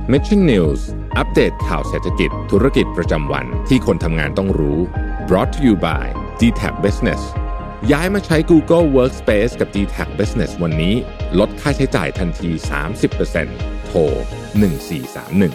Mission News อัปเดตข่าวเศรษฐกิจธุรกิจประจำวันที่คนทำงานต้องรู้ brought to you by DTAC Business ย้ายมาใช้ Google Workspace กับ DTAC Business วันนี้ลดค่าใช้จ่ายทันที 30% โทร 1431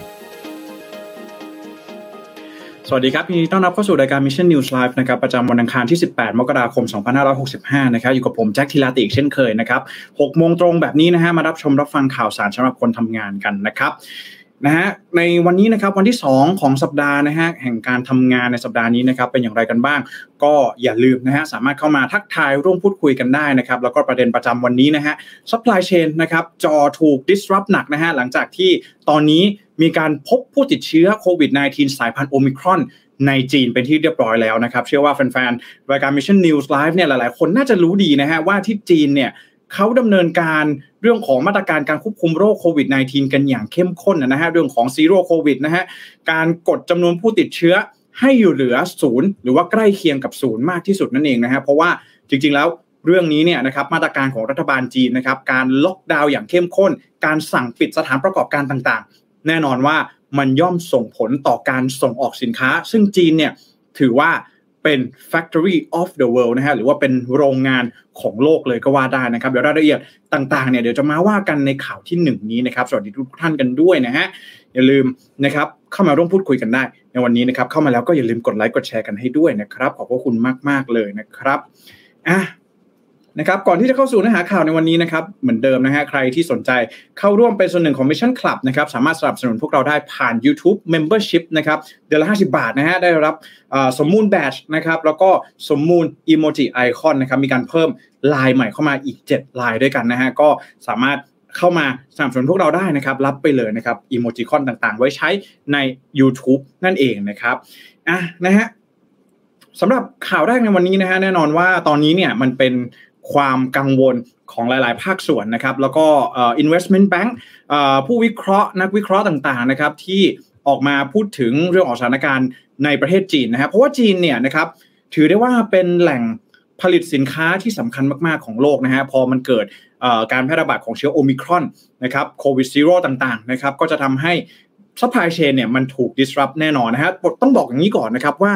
สวัสดีครับยินดีต้อนรับเข้าสู่รายการ Mission News Live นะครับประจำวันอังคารที่18มกราคม2565นะครับอยู่กับผมแจ็คธีราติอีกเช่นเคยนะครับ 6 โมงตรงแบบนี้นะฮะมารับชมรับฟังข่าวสารสำหรับคนทำงานกันนะครับนะฮะในวันนี้นะครับวันที่2ของสัปดาห์นะฮะแห่งการทำงานในสัปดาห์นี้นะครับเป็นอย่างไรกันบ้างก็อย่าลืมนะฮะสามารถเข้ามาทักทายร่วมพูดคุยกันได้นะครับแล้วก็ประเด็นประจำวันนี้นะฮะ Supply Chain นะครับจอถูก disrupt หนักนะฮะหลังจากที่ตอนนี้มีการพบผู้ติดเชื้อโควิด -19 สายพันธุ์โอมิครอนในจีนเป็นที่เรียบร้อยแล้วนะครับเชื่อว่าแฟนๆรายการ Mission News Live เนี่ยหลายๆคนน่าจะรู้ดีนะฮะว่าที่จีนเนี่ยเขาดำเนินการเรื่องของมาตรการการควบคุมโรคโควิด -19 กันอย่างเข้มข้นนะฮะเรื่องของซีโร่โควิดนะฮะการกดจำนวนผู้ติดเชื้อให้อยู่เหลือศูนย์หรือว่าใกล้เคียงกับศูนย์มากที่สุดนั่นเองนะฮะเพราะว่าจริงๆแล้วเรื่องนี้เนี่ยนะครับมาตรการของรัฐบาลจีนนะครับการล็อกดาวน์อย่างเข้มข้นการสั่งปิดสถานประกอบการต่างๆแน่นอนว่ามันย่อมส่งผลต่อการส่งออกสินค้าซึ่งจีนเนี่ยถือว่าเป็น factory of the world นะฮะหรือว่าเป็นโรงงานของโลกเลยก็ว่าได้นะครับเดี๋ยวรายละเอียดต่างๆเนี่ยเดี๋ยวจะมาว่ากันในข่าวที่1นี้นะครับสวัสดีทุกท่านกันด้วยนะฮะอย่าลืมนะครับเข้ามาร่วมพูดคุยกันได้ในวันนี้นะครับเข้ามาแล้วก็อย่าลืมกดไลค์กดแชร์กันให้ด้วยนะครับขอบพระคุณมากๆเลยนะครับนะครับก่อนที่จะเข้าสู่เนื้อหาข่าวในวันนี้นะครับเหมือนเดิมนะฮะใครที่สนใจเข้าร่วมเป็นส่วนหนึ่งของ Mission Club นะครับสามารถสนับสนุนพวกเราได้ผ่าน YouTube Membership นะครับเดือนละ50 บาทนะฮะได้รับสมมูลแบดจ์นะครับแล้วก็สมมูลอีโมจิไอคอนนะครับมีการเพิ่มลายใหม่เข้ามาอีก7ลายด้วยกันนะฮะก็สามารถเข้ามาสนับสนุนพวกเราได้นะครับรับไปเลยนะครับอีโมจิคอนต่างๆไว้ใช้ใน YouTube นั่นเองนะครับนะฮะสำหรับข่าวแรกในวันนี้นะฮะแน่นอนว่าตอนนี้เนี่ยมันเป็นความกังวลของหลายๆภาคส่วนนะครับแล้วก็investment bank ผู้วิเคราะห์นักวิเคราะห์ต่างๆนะครับที่ออกมาพูดถึงเรื่องของสถานการณ์ในประเทศจีนนะครับเพราะว่าจีนเนี่ยนะครับถือได้ว่าเป็นแหล่งผลิตสินค้าที่สำคัญมากๆของโลกนะฮะพอมันเกิดการแพร่ระบาดของเชื้อโอมิครอนนะครับโควิดซีโร่ต่างๆนะครับก็จะทำให้ supply chain เนี่ยมันถูก disrupt แน่นอนนะฮะต้องบอกอย่างนี้ก่อนนะครับว่า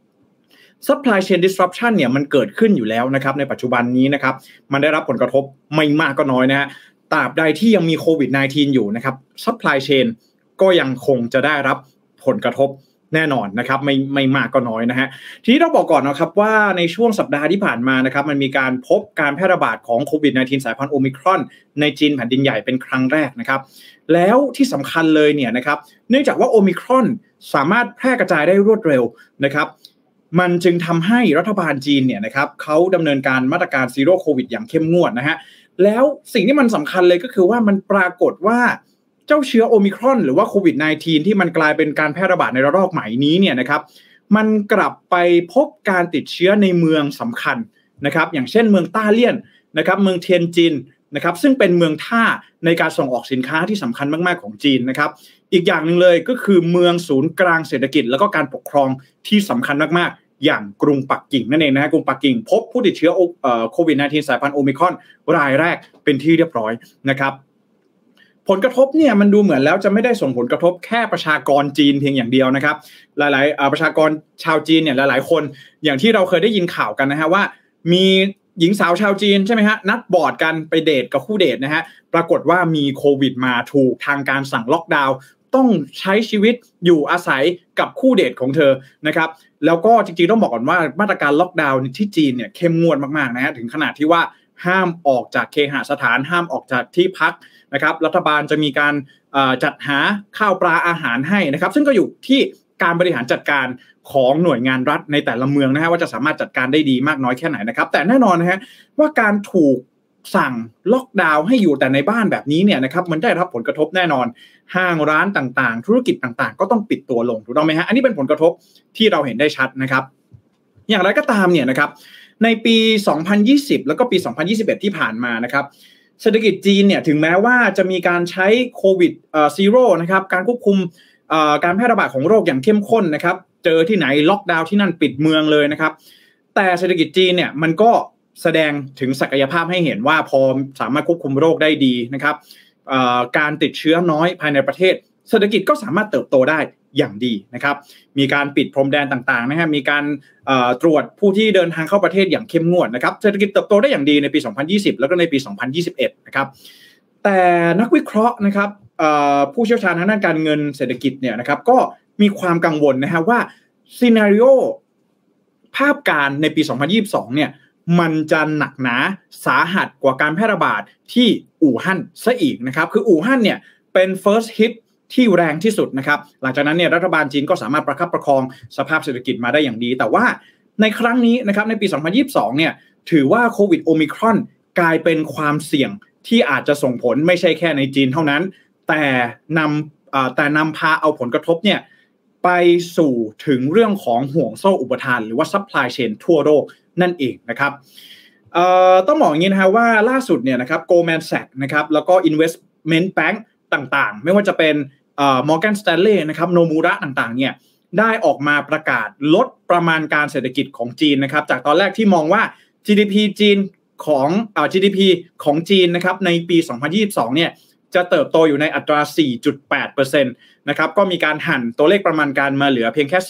supply chain disruption เนี่ยมันเกิดขึ้นอยู่แล้วนะครับในปัจจุบันนี้นะครับมันได้รับผลกระทบไม่มากก็น้อยนะฮะตราบใดที่ยังมีโควิด -19 อยู่นะครับ supply chain ก็ยังคงจะได้รับผลกระทบแน่นอนนะครับไม่มากก็น้อยนะฮะทีนี้ต้องบอกก่อนนะครับว่าในช่วงสัปดาห์ที่ผ่านมานะครับมันมีการพบการแพร่ระบาดของโควิด -19 สายพันธุ์โอมิครอนในจีนแผ่นดินใหญ่เป็นครั้งแรกนะครับแล้วที่สำคัญเลยเนี่ยนะครับเนื่องจากว่าโอมิครอนสามารถแพร่กระจายได้รวดเร็วนะครับมันจึงทำให้รัฐบาลจีนเนี่ยนะครับเขาดำเนินการมาตรการซีโร่โควิดอย่างเข้มงวดนะฮะแล้วสิ่งที่มันสำคัญเลยก็คือว่ามันปรากฏว่าเจ้าเชื้อโอมิครอนหรือว่าโควิด -19 ที่มันกลายเป็นการแพร่ระบาดในระลอกใหม่นี้เนี่ยนะครับมันกลับไปพบการติดเชื้อในเมืองสำคัญนะครับอย่างเช่นเมืองต้าเลี่ยนนะครับเมืองเทียนจินนะครับซึ่งเป็นเมืองท่าในการส่งออกสินค้าที่สำคัญมากๆของจีนนะครับอีกอย่างนึงเลยก็คือเมืองศูนย์กลางเศรษฐกิจแล้วก็การปกครองที่สำคัญมากๆอย่างกรุงปักกิ่งนั่นเองนะฮะกรุงปักกิ่งพบผู้ติดเชื้อโควิด -19 สายพันธุ์โอมิครอนรายแรกเป็นที่เรียบร้อยนะครับผลกระทบเนี่ยมันดูเหมือนแล้วจะไม่ได้ส่งผลกระทบแค่ประชากรจีนเพียงอย่างเดียวนะครับหลายๆประชากรชาวจีนเนี่ยหลายๆคนอย่างที่เราเคยได้ยินข่าวกันนะฮะว่ามีหญิงสาวชาวจีนใช่ไหมฮะนัดบอร์ดกันไปเดทกับคู่เดทนะฮะปรากฏว่ามีโควิดมาถูกทางการสั่งล็อกดาวน์ต้องใช้ชีวิตอยู่อาศัยกับคู่เดทของเธอนะครับแล้วก็จริงๆต้องบอกก่อนว่ามาตรการล็อกดาวน์ที่จีนเนี่ยเข้มงวดมากๆนะฮะถึงขนาดที่ว่าห้ามออกจากเคหสถานห้ามออกจากที่พักนะครับรัฐบาลจะมีการจัดหาข้าวปลาอาหารให้นะครับซึ่งก็อยู่ที่การบริหารจัดการของหน่วยงานรัฐในแต่ละเมืองนะฮะว่าจะสามารถจัดการได้ดีมากน้อยแค่ไหนนะครับแต่แน่นอนนะฮะว่าการถูกสั่งล็อกดาวน์ให้อยู่แต่ในบ้านแบบนี้เนี่ยนะครับมันได้รับผลกระทบแน่นอนห้างร้านต่างๆธุรกิจต่างๆก็ต้องปิดตัวลงถูกต้องไหมฮะอันนี้เป็นผลกระทบที่เราเห็นได้ชัดนะครับอย่างไรก็ตามเนี่ยนะครับในปี 2020 แล้วก็ปี 2021 ที่ผ่านมานะครับเศรษฐกิจจีนเนี่ยถึงแม้ว่าจะมีการใช้โควิดซีโร่นะครับการควบคุมการแพร่ระบาดของโรคอย่างเข้มข้นนะครับเจอที่ไหนล็อกดาวน์ที่นั่นปิดเมืองเลยนะครับแต่เศรษฐกิจจีนเนี่ยมันก็แสดงถึงศักยภาพให้เห็นว่าพอสามารถควบคุมโรคได้ดีนะครับการติดเชื้อน้อยภายในประเทศเศรษฐกิจก็สามารถเติบโตได้อย่างดีนะครับมีการปิดพรมแดนต่างๆนะฮะมีการตรวจผู้ที่เดินทางเข้าประเทศอย่างเข้มงวดนะครับเศรษฐกิจเติบโตได้อย่างดีในปี2020แล้วก็ในปี2021นะครับแต่นักวิเคราะห์นะครับผู้เชี่ยวชาญทางด้านการเงินเศรษฐกิจเนี่ยนะครับก็มีความกังวลนะฮะว่าซีนาริโอภาพการในปี2022เนี่ยมันจะหนักหนาสาหัสกว่าการแพร่ระบาดที่อู่ฮั่นซะอีกนะครับคืออู่ฮั่นเนี่ยเป็น first hit ที่แรงที่สุดนะครับหลังจากนั้นเนี่ยรัฐบาลจีนก็สามารถประคับประคองสภาพเศรษฐกิจมาได้อย่างดีแต่ว่าในครั้งนี้นะครับในปี2022เนี่ยถือว่าโควิดโอมิครอนกลายเป็นความเสี่ยงที่อาจจะส่งผลไม่ใช่แค่ในจีนเท่านั้นแต่นำพาเอาผลกระทบเนี่ยไปสู่ถึงเรื่องของห่วงโซ่อุปทานหรือว่า supply chain ทั่วโลกนั่นเองนะครับต้องบอกอย่างนี้นะครับว่าล่าสุดเนี่ยนะครับ Goldman Sachs นะครับแล้วก็ Investment Bank ต่างๆไม่ว่าจะเป็นMorgan Stanley นะครับ Nomura ต่างๆเนี่ยได้ออกมาประกาศลดประมาณการเศรษฐกิจของจีนนะครับจากตอนแรกที่มองว่า GDP จีนของGDP ของจีนนะครับในปี2022เนี่ยจะเติบโตอยู่ในอัตรา 4.8% นะครับก็มีการหั่นตัวเลขประมาณการมาเหลือเพียงแค่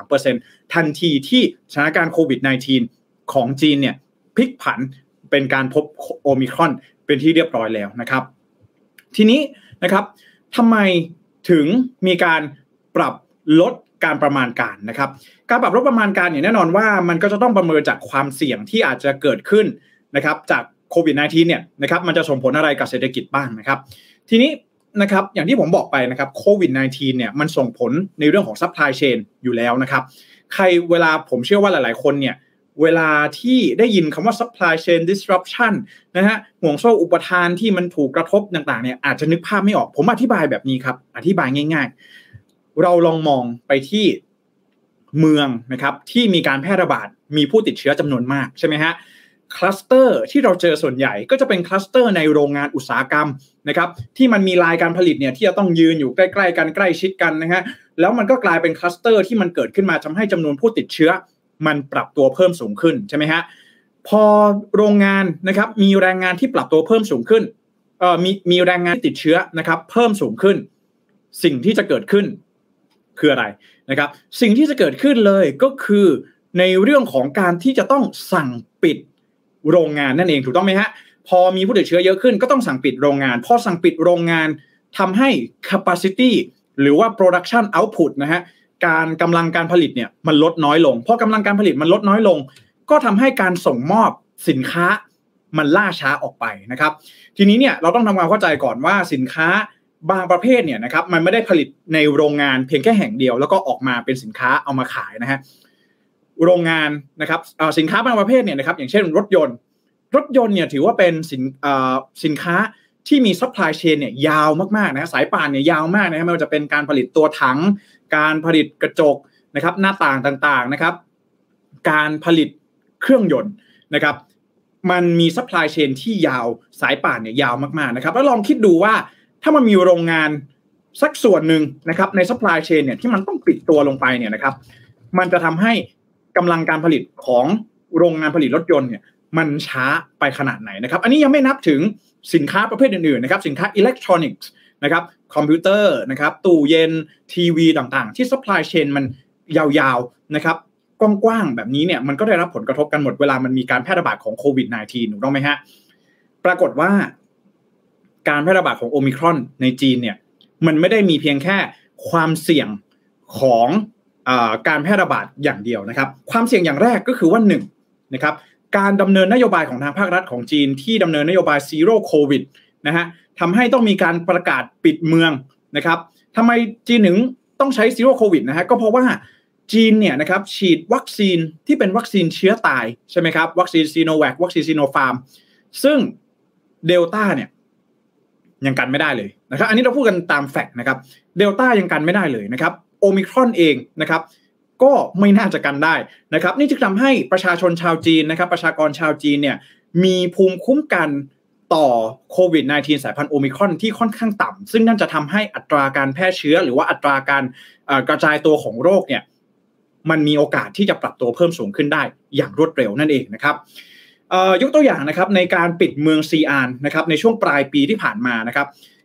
4.3% ทันทีที่สถานการณ์โควิด -19 ของจีนเนี่ยพลิกผันเป็นการพบโอมิครอนเป็นที่เรียบร้อยแล้วนะครับทีนี้นะครับทำไมถึงมีการปรับลดการประมาณการนะครับการปรับลดประมาณการเนี่ยแน่นอนว่ามันก็จะต้องประเมินจากความเสี่ยงที่อาจจะเกิดขึ้นนะครับจากโควิด -19 เนี่ยนะครับมันจะส่งผลอะไรกับเศรษฐกิจบ้างนะครับทีนี้นะครับอย่างที่ผมบอกไปนะครับโควิด -19 เนี่ยมันส่งผลในเรื่องของ supply chain อยู่แล้วนะครับเวลาผมเชื่อว่าหลายๆคนเนี่ยเวลาที่ได้ยินคำว่า supply chain disruption นะฮะห่วงโซ่อุปทานที่มันถูกกระทบต่างๆเนี่ยอาจจะนึกภาพไม่ออกผมอธิบายแบบนี้ครับอธิบายง่ายๆเราลองมองไปที่เมืองนะครับที่มีการแพร่ระบาดมีผู้ติดเชื้อจำนวนมากใช่ไหมฮะคลัสเตอร์ที่เราเจอส่วนใหญ่ก็จะเป็นคลัสเตอร์ในโรงงานอุตสาหกรรมนะครับที่มันมีลายการผลิตเนี่ยที่จะต้องยืนอยู่ใกล้ๆกันใกล้ชิดกันนะฮะแล้วมันก็กลายเป็นคลัสเตอร์ที่มันเกิดขึ้นมาทำให้จำนวนผู้ติดเชื้อมันปรับตัวเพิ่มสูงขึ้นใช่ไหมฮะพอโรงงานนะครับมีแรงงานที่ปรับตัวเพิ่มสูงขึ้นมีแรงงานติดเชื้อนะครับเพิ่มสูงขึ้นสิ่งที่จะเกิดขึ้นคืออะไรนะครับสิ่งที่จะเกิดขึ้นเลยก็คือในเรื่องของการที่จะต้องสั่งปิดโรงงานนั่นเองถูกต้องไหมฮะพอมีผู้ติดเชื้อเยอะขึ้นก็ต้องสั่งปิดโรงงานพอสั่งปิดโรงงานทำให้ capacity หรือว่า production output นะฮะกำลังการผลิตเนี่ยมันลดน้อยลงพอกำลังการผลิตมันลดน้อยลงก็ทำให้การส่งมอบสินค้ามันล่าช้าออกไปนะครับทีนี้เนี่ยเราต้องทำความเข้าใจก่อนว่าสินค้าบางประเภทเนี่ยนะครับมันไม่ได้ผลิตในโรงงานเพียงแค่แห่งเดียวแล้วก็ออกมาเป็นสินค้าเอามาขายนะฮะโรงงานนะครับสินค้าบางประเภทเนี่ยนะครับอย่างเช่นรถยนต์เนี่ยถือว่าเป็นสินค้าที่มี supply chain เนี่ยยาวมากๆนะสายป่านเนี่ยยาวมากนะไม่ว่าจะเป็นการผลิตตัวถังการผลิตกระจกนะครับหน้าต่างต่างๆนะครับการผลิตเครื่องยนต์นะครับมันมี supply chain ที่ยาวสายป่านเนี่ยยาวมากๆนะครับแล้วลองคิดดูว่าถ้ามันมีโรงงานสักส่วนหนึ่งนะครับใน supply chain เนี่ยที่มันต้องปิดตัวลงไปเนี่ยนะครับมันจะทำให้กำลังการผลิตของโรงงานผลิตรถยนต์เนี่ยมันช้าไปขนาดไหนนะครับอันนี้ยังไม่นับถึงสินค้าประเภทอื่นๆนะครับสินค้าอิเล็กทรอนิกส์นะครับคอมพิวเตอร์นะครับตู้เย็นทีวีต่างๆที่ supply chain มันยาวๆนะครับกว้างๆแบบนี้เนี่ยมันก็ได้รับผลกระทบกันหมดเวลามันมีการแพร่ระบาดของโควิด -19 ถูกต้องไหมฮะปรากฏว่าการแพร่ระบาดของโอมิครอนในจีนเนี่ยมันไม่ได้มีเพียงแค่ความเสี่ยงของการแพร่ระบาดอย่างเดียวนะครับความเสี่ยงอย่างแรกก็คือว่า1นะครับการดำเนินนโยบายของทางภาครัฐของจีนที่ดำเนินนโยบายซีโร่โควิดนะฮะทำให้ต้องมีการประกาศปิดเมืองนะครับทำไมจีนถึงต้องใช้ซีโร่โควิดนะฮะก็เพราะว่าจีนเนี่ยนะครับฉีดวัคซีนที่เป็นวัคซีนเชื้อตายใช่ไหมครับวัคซีนซีโนแวควัคซีนซีโนฟาร์มซึ่งเดลต้าเนี่ยยังกันไม่ได้เลยนะครับอันนี้เราพูดกันตามแฟกต์นะครับเดลต้ายังกันไม่ได้เลยนะครับโอมิครอนเองนะครับก็ไม่น่าจะกันได้นะครับนี่จึงทำให้ประชาชนชาวจีนนะครับประชากรชาวจีนเนี่ยมีภูมิคุ้มกันต่อโควิด -19 สายพันธุ์โอมิครอนที่ค่อนข้างต่ำซึ่งนั่นจะทำให้อัตราการแพร่เชื้อหรือว่าอัตราการกระจายตัวของโรคเนี่ยมันมีโอกาสที่จะปรับตัวเพิ่มสูงขึ้นได้อย่างรวดเร็วนั่นเองนะครับยกตัวอย่างนะครับในการปิดเมืองซีอานนะครับในช่วงปลายปีที่ผ่านมานะครับ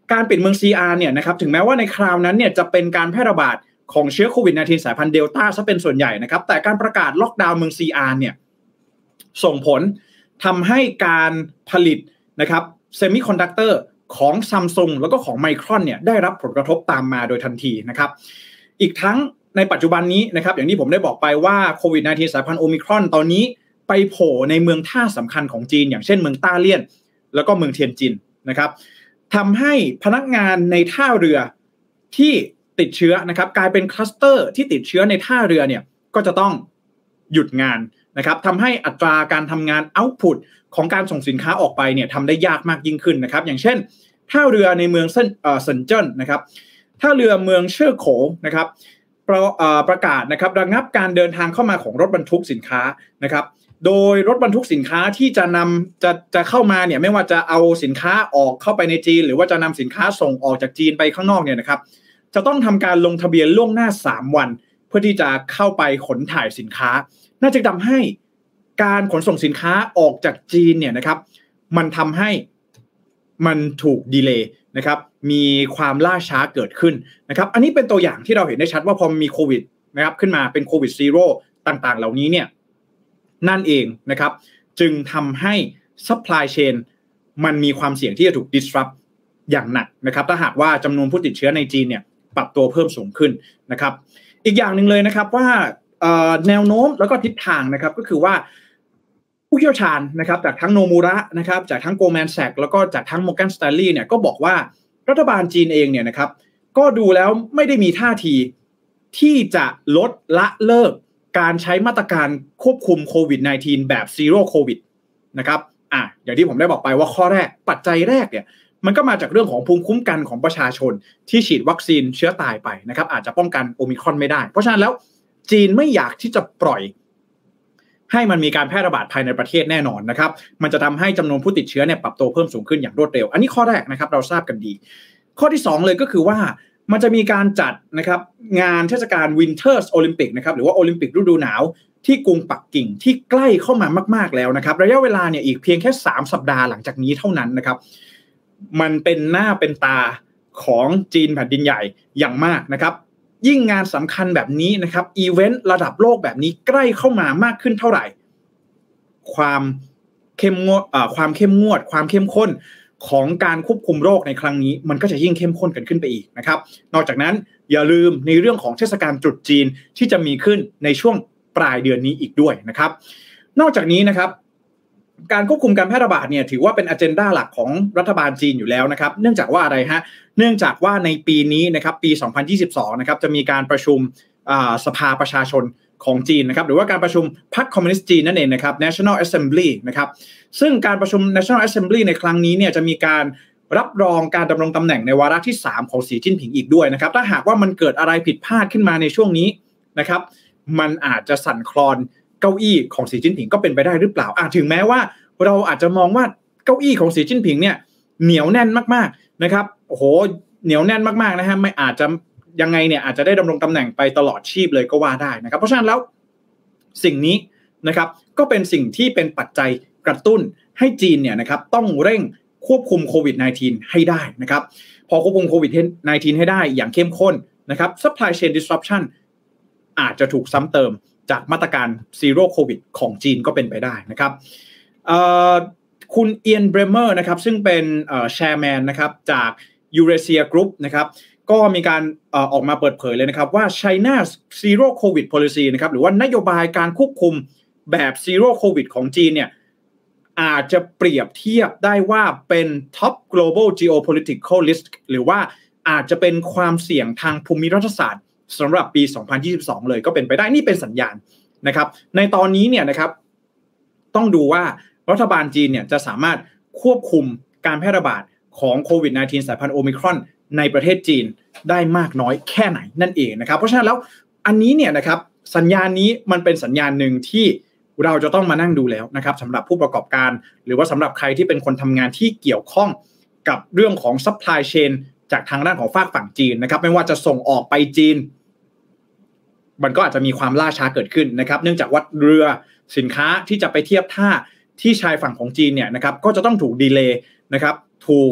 การปิดเมือง CR เนี่ยนะครับถึงแม้ว่าในคราวนั้นเนี่ยจะเป็นการแพร่ระบาดของเชื้อโควิด -19 สายพันธุ์เดลต้าซะเป็นส่วนใหญ่นะครับแต่การประกาศล็อกดาวน์เมือง CR เนี่ยส่งผลทำให้การผลิตนะครับเซมิคอนดักเตอร์ของ Samsung แล้วก็ของ Micron เนี่ยได้รับผลกระทบตามมาโดยทันทีนะครับอีกทั้งในปัจจุบันนี้นะครับอย่างที่ผมได้บอกไปว่าโควิด -19 สายพันธุ์โอมิครอนตอนนี้ไปโผล่ในเมืองท่าสำคัญของจีนอย่างเช่นเมืองต้าเลี่ยนแล้วก็เมืองเทียนจินนะครับทำให้พนักงานในท่าเรือที่ติดเชื้อนะครับกลายเป็นคลัสเตอร์ที่ติดเชื้อในท่าเรือเนี่ยก็จะต้องหยุดงานนะครับทำให้อัตราการทำงานเอาท์พุตของการส่งสินค้าออกไปเนี่ยทำได้ยากมากยิ่งขึ้นนะครับอย่างเช่นท่าเรือในเมืองเซินเจิ้นนะครับท่าเรือเมืองเช่อโขนะครับประกาศนะครับระงับการเดินทางเข้ามาของรถบรรทุกสินค้านะครับโดยรถบรรทุกสินค้าที่จะเข้ามาเนี่ยไม่ว่าจะเอาสินค้าออกเข้าไปในจีนหรือว่าจะนำสินค้าส่งออกจากจีนไปข้างนอกเนี่ยนะครับจะต้องทำการลงทะเบียนล่วงหน้า3วันเพื่อที่จะเข้าไปขนถ่ายสินค้าน่าจะทำให้การขนส่งสินค้าออกจากจีนเนี่ยนะครับมันทำให้มันถูกดีเลย์นะครับมีความล่าช้าเกิดขึ้นนะครับอันนี้เป็นตัวอย่างที่เราเห็นได้ชัดว่าพอมีโควิดนะครับขึ้นมาเป็นโควิดซีโร่ต่างๆเหล่านี้เนี่ยนั่นเองนะครับจึงทำให้ supply chain มันมีความเสี่ยงที่จะถูก disrupt อย่างหนักนะครับถ้าหากว่าจำนวนผู้ติดเชื้อในจีนเนี่ยปรับตัวเพิ่มสูงขึ้นนะครับอีกอย่างหนึ่งเลยนะครับว่าแนวโน้มแล้วก็ทิศทางนะครับก็คือว่าผู้เชี่ยวชาญนะครับจากทั้งโนมูระนะครับจากทั้งโกลแมนแซกแล้วก็จากทั้ง Morgan Stanley เนี่ยก็บอกว่ารัฐบาลจีนเองเนี่ยนะครับก็ดูแล้วไม่ได้มีท่าทีที่จะลดละเลิกการใช้มาตรการควบคุมโควิด -19 แบบซีโร่โควิดนะครับอย่างที่ผมได้บอกไปว่าข้อแรกปัจจัยแรกเนี่ยมันก็มาจากเรื่องของภูมิคุ้มกันของประชาชนที่ฉีดวัคซีนเชื้อตายไปนะครับอาจจะป้องกันโอมิครอนไม่ได้เพราะฉะนั้นแล้วจีนไม่อยากที่จะปล่อยให้มันมีการแพร่ระบาดภายในประเทศแน่นอนนะครับมันจะทำให้จำนวนผู้ติดเชื้อเนี่ยปรับตัวเพิ่มสูงขึ้นอย่างรวดเร็วอันนี้ข้อแรกนะครับเราทราบกันดีข้อที่2เลยก็คือว่ามันจะมีการจัดนะครับงานเทศกาล Winters Olympic นะครับหรือว่าโอลิมปิกฤดูหนาวที่กรุงปักกิ่งที่ใกล้เข้ามามากๆแล้วนะครับระยะเวลาเนี่ยอีกเพียงแค่3สัปดาห์หลังจากนี้เท่านั้นนะครับมันเป็นหน้าเป็นตาของจีนแผ่นดินใหญ่อย่างมากนะครับยิ่งงานสำคัญแบบนี้นะครับอีเวนต์ระดับโลกแบบนี้ใกล้เข้ามามากขึ้นเท่าไหร่ความเข้มงวดความเข้มข้นของการควบคุมโรคในครั้งนี้มันก็จะยิ่งเข้มข้นกันขึ้นไปอีกนะครับนอกจากนั้นอย่าลืมในเรื่องของเทศกาลตรุษจีนที่จะมีขึ้นในช่วงปลายเดือนนี้อีกด้วยนะครับนอกจากนี้นะครับการควบคุมการแพร่ระบาดเนี่ยถือว่าเป็นอเจนดาหลักของรัฐบาลจีนอยู่แล้วนะครับเนื่องจากว่าอะไรฮะเนื่องจากว่าในปีนี้นะครับปี2022นะครับจะมีการประชุมสภาประชาชนของจีนนะครับหรือว่าการประชุมพรรคคอมมิวนิสต์จีนนั่นเองนะครับ National Assembly นะครับซึ่งการประชุม National Assembly ในครั้งนี้เนี่ยจะมีการรับรองการดำรงตำแหน่งในวาระที่3ของสีจิ้นผิงอีกด้วยนะครับถ้าหากว่ามันเกิดอะไรผิดพลาดขึ้นมาในช่วงนี้นะครับมันอาจจะสั่นคลอนเก้าอี้ของสีจิ้นผิงก็เป็นไปได้หรือเปล่าถึงแม้ว่าเราอาจจะมองว่าเก้าอี้ของสีจิ้นผิงเนี่ยเหนียวแน่นมากๆนะครับโอ้โหเหนียวแน่นมากๆนะฮะไม่อาจจะยังไงเนี่ยอาจจะได้ดำรงตำแหน่งไปตลอดชีพเลยก็ว่าได้นะครับเพราะฉะนั้นแล้วสิ่งนี้นะครับก็เป็นสิ่งที่เป็นปัจจัยกระตุ้นให้จีนเนี่ยนะครับต้องเร่งควบคุมโควิด -19 ให้ได้นะครับพอควบคุมโควิด -19 ให้ได้อย่างเข้มข้นนะครับ supply chain disruption อาจจะถูกซ้ำเติมจากมาตรการซีโร่โควิดของจีนก็เป็นไปได้นะครับคุณเอียนเบรเมอร์นะครับซึ่งเป็นแชร์แมนนะครับจาก Eurasia Group นะครับก็มีการออกมาเปิดเผยเลยนะครับว่า China Zero COVID Policy นะครับหรือว่านโยบายการควบคุมแบบ Zero COVID ของจีนเนี่ยอาจจะเปรียบเทียบได้ว่าเป็น Top Global Geopolitical Risk หรือว่าอาจจะเป็นความเสี่ยงทางภูมิรัฐศาสตร์สำหรับปี2022เลยก็เป็นไปได้นี่เป็นสัญญาณนะครับในตอนนี้เนี่ยนะครับต้องดูว่ารัฐบาลจีนเนี่ยจะสามารถควบคุมการแพร่ระบาดของโควิด -19 สายพันธุ์โอมิครอนในประเทศจีนได้มากน้อยแค่ไหนนั่นเองนะครับเพราะฉะนั้นแล้วอันนี้เนี่ยนะครับสัญญาณนี้มันเป็นสัญญาณหนึ่งที่เราจะต้องมานั่งดูแล้วนะครับสำหรับผู้ประกอบการหรือว่าสำหรับใครที่เป็นคนทำงานที่เกี่ยวข้องกับเรื่องของ supply chain จากทางด้านของฝั่งจีนนะครับไม่ว่าจะส่งออกไปจีนมันก็อาจจะมีความล่าช้าเกิดขึ้นนะครับเนื่องจากว่าเรือสินค้าที่จะไปเทียบท่าที่ชายฝั่งของจีนเนี่ยนะครับก็จะต้องถูกดีเลย์นะครับถูก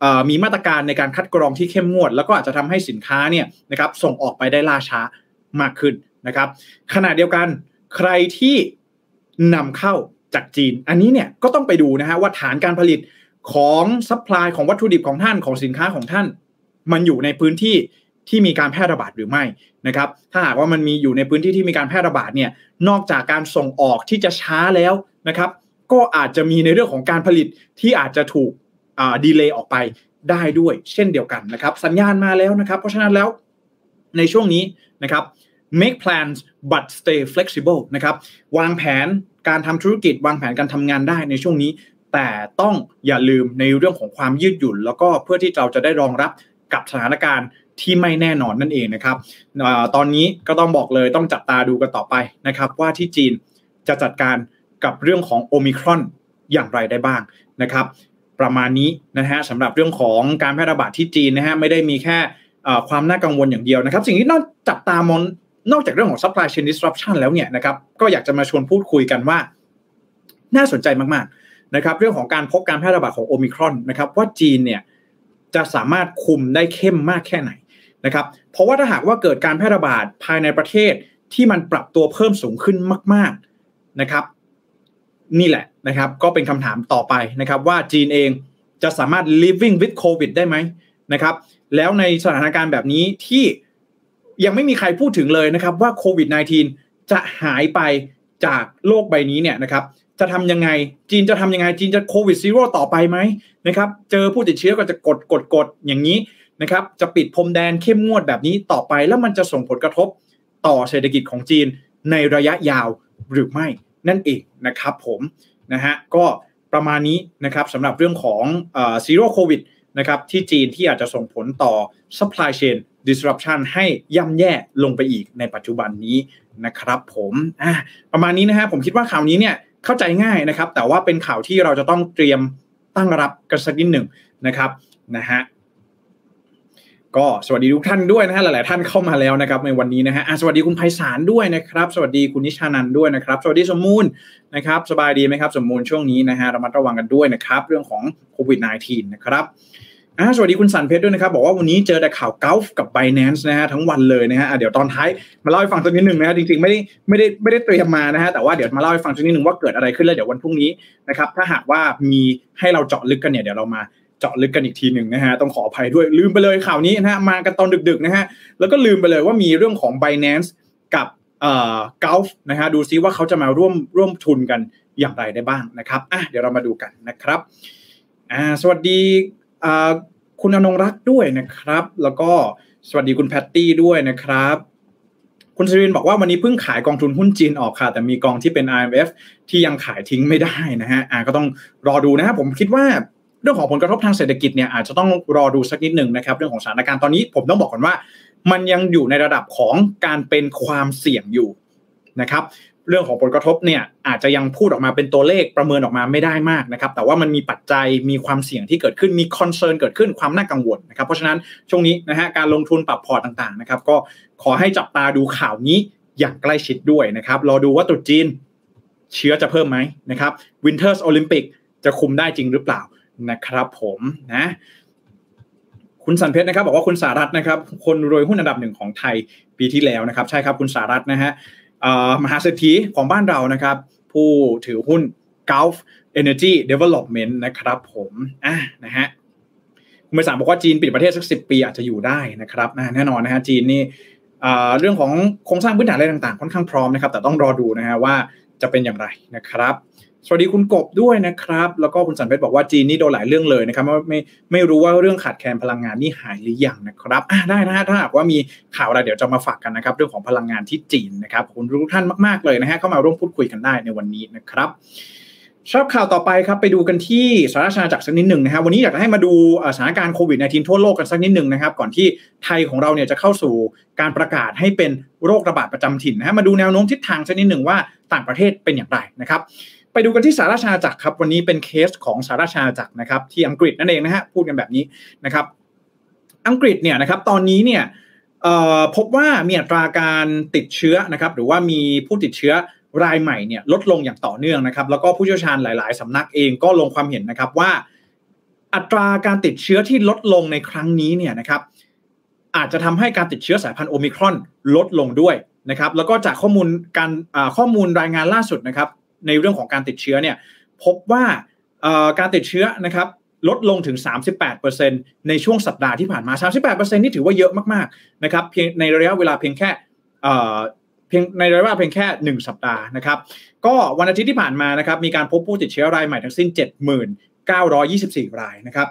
มีมาตรการในการคัดกรองที่เข้มงวดแล้วก็อาจจะทำให้สินค้าเนี่ยนะครับส่งออกไปได้ล่าช้ามากขึ้นนะครับขณะเดียวกันใครที่นำเข้าจากจีนอันนี้เนี่ยก็ต้องไปดูนะฮะว่าฐานการผลิตของซัพพลายของวัตถุดิบของท่านของสินค้าของท่านมันอยู่ในพื้นที่ที่มีการแพร่ระบาดหรือไม่นะครับถ้าหากว่ามันมีอยู่ในพื้นที่ที่มีการแพร่ระบาดเนี่ยนอกจากการส่งออกที่จะช้าแล้วนะครับก็อาจจะมีในเรื่องของการผลิตที่อาจจะถูกดีเลย์ออกไปได้ด้วยเช่นเดียวกันนะครับสัญญาณมาแล้วนะครับเพราะฉะนั้นแล้วในช่วงนี้นะครับ make plans but stay flexible นะครับวางแผนการทำธุรกิจวางแผนการทำงานได้ในช่วงนี้แต่ต้องอย่าลืมในเรื่องของความยืดหยุ่นแล้วก็เพื่อที่เราจะได้รองรับกับสถานการณ์ที่ไม่แน่นอนนั่นเองนะครับตอนนี้ก็ต้องบอกเลยต้องจับตาดูกันต่อไปนะครับว่าที่จีนจะจัดการกับเรื่องของโอมิครอนอย่างไรได้บ้างนะครับประมาณนี้นะฮะสำหรับเรื่องของการแพร่ระบาดที่จีนนะฮะไม่ได้มีแค่ความน่ากังวลอย่างเดียวนะครับสิ่งที่น่าจับตามองนอกจากเรื่องของ supply chain disruption แล้วเนี่ยนะครับก็อยากจะมาชวนพูดคุยกันว่าน่าสนใจมากๆนะครับเรื่องของการพบการแพร่ระบาดของโอมิครอนนะครับว่าจีนเนี่ยจะสามารถคุมได้เข้มมากแค่ไหนนะครับเพราะว่าถ้าหากว่าเกิดการแพร่ระบาดภายในประเทศที่มันปรับตัวเพิ่มสูงขึ้นมากๆนะครับนี่แหละนะครับก็เป็นคำถามต่อไปนะครับว่าจีนเองจะสามารถ living with COVID ได้ไหมนะครับแล้วในสถานการณ์แบบนี้ที่ยังไม่มีใครพูดถึงเลยนะครับว่าโควิด -19 จะหายไปจากโลกใบนี้เนี่ยนะครับจะทำยังไงจีนจะทำยังไงจีนจะโควิดซีโร่ต่อไปไหมนะครับเจอผู้ติดเชื้อก็จะกดอย่างนี้นะครับจะปิดพรมแดนเข้มงวดแบบนี้ต่อไปแล้วมันจะส่งผลกระทบต่อเศรษฐกิจของจีนในระยะยาวหรือไม่นั่นเองนะครับผมนะฮะก็ประมาณนี้นะครับสำหรับเรื่องของซีโร่โควิดนะครับที่จีนที่อาจจะส่งผลต่อ supply chain disruption ให้ย่ำแย่ลงไปอีกในปัจจุบันนี้นะครับผมประมาณนี้นะฮะผมคิดว่าข่าวนี้เนี่ยเข้าใจง่ายนะครับแต่ว่าเป็นข่าวที่เราจะต้องเตรียมตั้งรับกันสักนิดหนึ่งนะครับนะฮะก็สวัสดีทุกท่านด้วยนะฮะหลายๆท่านเข้ามาแล้วนะครับในวันนี้นะฮะสวัสดีคุณไพศาลด้วยนะครับสวัสดีคุณนิชานันท์ด้วยนะครับสวัสดีสมมูลนะครับสบายดีไหมครับสมมูลช่วงนี้นะฮะระมัดระวังกันด้วยนะครับเรื่องของโควิด -19 นะครับสวัสดีคุณสันเพชรด้วยนะครับบอกว่าวันนี้เจอแต่ข่าวกอล์ฟกับ Binance นะฮะทั้งวันเลยนะฮะเดี๋ยวตอนท้ายมาเล่าให้ฟังสักนิดนึงนะฮะจริงๆไม่ได้เตรียมมานะฮะแต่ว่าเดี๋ยวมาเล่าให้ฟังสักนิดนึงว่าเกิดอะไรขึ้นแล้วเดี๋ยววันพรุ่งนี้นะครับถ้าหากว่ามีให้เราเจาะลึกกันเนี่ยเดี๋ยวเรามาเจาะลึกกันอีกทีนึงนะฮะต้องขออภัยด้วยลืมไปเลยข่าวนี้นะฮะมากันตอนดึกๆนะฮะแล้วก็ลืมไปเลยว่ามีเรื่องของ Binance กับกอล์ฟนะฮะดูซิว่าเขาจะมาร่วมทุนกันอย่างไรได้บ้างนะครับเดี๋ยวเรามาดูกันนะครับสวัสดีคุณอนงรักษ์ด้วยนะครับแล้วก็สวัสดีคุณแพตตี้ด้วยนะครับคุณศิรินบอกว่าวันนี้เพิ่งขายกองทุนหุ้นจีนออกค่ะแต่มีกองที่เป็น IMF ที่ยังขายทิ้งไม่ได้นะฮะก็ต้องรอดูนะฮะผมคิดว่าเรื่องของผลกระทบทางเศรษฐกิจเนี่ยอาจจะต้องรอดูสักนิดหนึ่งนะครับเรื่องของสถานการณ์ตอนนี้ผมต้องบอกก่อนว่ามันยังอยู่ในระดับของการเป็นความเสี่ยงอยู่นะครับเรื่องของผลกระทบเนี่ยอาจจะยังพูดออกมาเป็นตัวเลขประเมินออกมาไม่ได้มากนะครับแต่ว่ามันมีปัจจัยมีความเสี่ยงที่เกิดขึ้นมีคอนเซิร์นเกิดขึ้นความน่ากังวลนะครับเพราะฉะนั้นช่วงนี้นะฮะการลงทุนปรับพอร์ตต่างๆนะครับก็ขอให้จับตาดูข่าวนี้อย่างใกล้ชิดด้วยนะครับรอดูว่าตรุษจีนเชื้อจะเพิ่มไหมนะครับ Winters Olympic จะคุมได้จริงหรือเปล่านะครับผมนะคุณสันเพชรนะครับบอกว่าคุณสารัตน์นะครับคนรวยหุ้นอันดับ1ของไทยปีที่แล้วนะครับใช่ครับคุณสารัตน์นะฮะมหาเศรษฐีของบ้านเรานะครับผู้ถือหุ้น Gulf Energy Development นะครับผมนะฮะคุณไพศาลบอกว่าจีนปิดประเทศสัก10 ปีอาจจะอยู่ได้นะครับแน่นอนนะฮะจีนนี่เรื่องของโครงสร้างพื้นฐานอะไรต่างๆค่อนข้างพร้อมนะครับแต่ต้องรอดูนะฮะว่าจะเป็นอย่างไรนะครับสวัสดีคุณกบด้วยนะครับแล้วก็คุณสันเพชรบอกว่าจีนนี่โดนหลายเรื่องเลยนะครับไม่รู้ว่าเรื่องขาดแคลนพลังงานนี่หายหรือยังนะครับได้นะฮะถ้าหากว่ามีข่าวอะไรเดี๋ยวจะมาฝากกันนะครับเรื่องของพลังงานที่จีนนะครับขอบคุณทุกท่านมากๆเลยนะฮะเข้ามาร่วมพูดคุยกันได้ในวันนี้นะครับชอบข่าวต่อไปครับไปดูกันที่สหราชอาณาจักรสักนิดหนึ่งนะฮะวันนี้อยากจะให้มาดูสถานการณ์โควิด -19 ทั่วโลกกันสักนิดหนึ่งนะครับก่อนที่ไทยของเราเนี่ยจะเข้าสู่การประกาศให้เป็นโรคระบาดประจำถิ่นนะฮะมาดูแนวโน้มทิศทางสักนิดหนึ่งว่าต่างประเทศเป็นอย่างไรนะครับไปดูกันที่สหราชอาณาจักรครับวันนี้เป็นเคสของสหราชอาณาจักรนะครับที่อังกฤษนั่นเองนะฮะพูดกันแบบนี้นะครับอังกฤษเนี่ยนะครับตอนนี้เนี่ยพบว่ามีอัตราการติดเชื้อนะครับหรือว่ามีผู้ติดเชื้อรายใหม่เนี่ยลดลงอย่างต่อเนื่องนะครับแล้วก็ผู้เชี่ยวชาญหลายๆสำนักเองก็ลงความเห็นนะครับว่าอัตราการติดเชื้อที่ลดลงในครั้งนี้เนี่ยนะครับอาจจะทำให้การติดเชื้อสายพันธุ์โอมิครอนลดลงด้วยนะครับแล้วก็จากข้อมูลรายงานล่าสุดนะครับในเรื่องของการติดเชื้อเนี่ยพบว่าการติดเชื้อนะครับลดลงถึง 38% ในช่วงสัปดาห์ที่ผ่านมา 38% นี่ถือว่าเยอะมากๆนะครับเพียงในระยะเวลาเพียงแค่1 สัปดาห์นะครับก็วันอาทิตย์ที่ผ่านมานะครับมีการพบผู้ติดเชื้อรายใหม่ทั้งสิ้น 7,924 รายนะครับ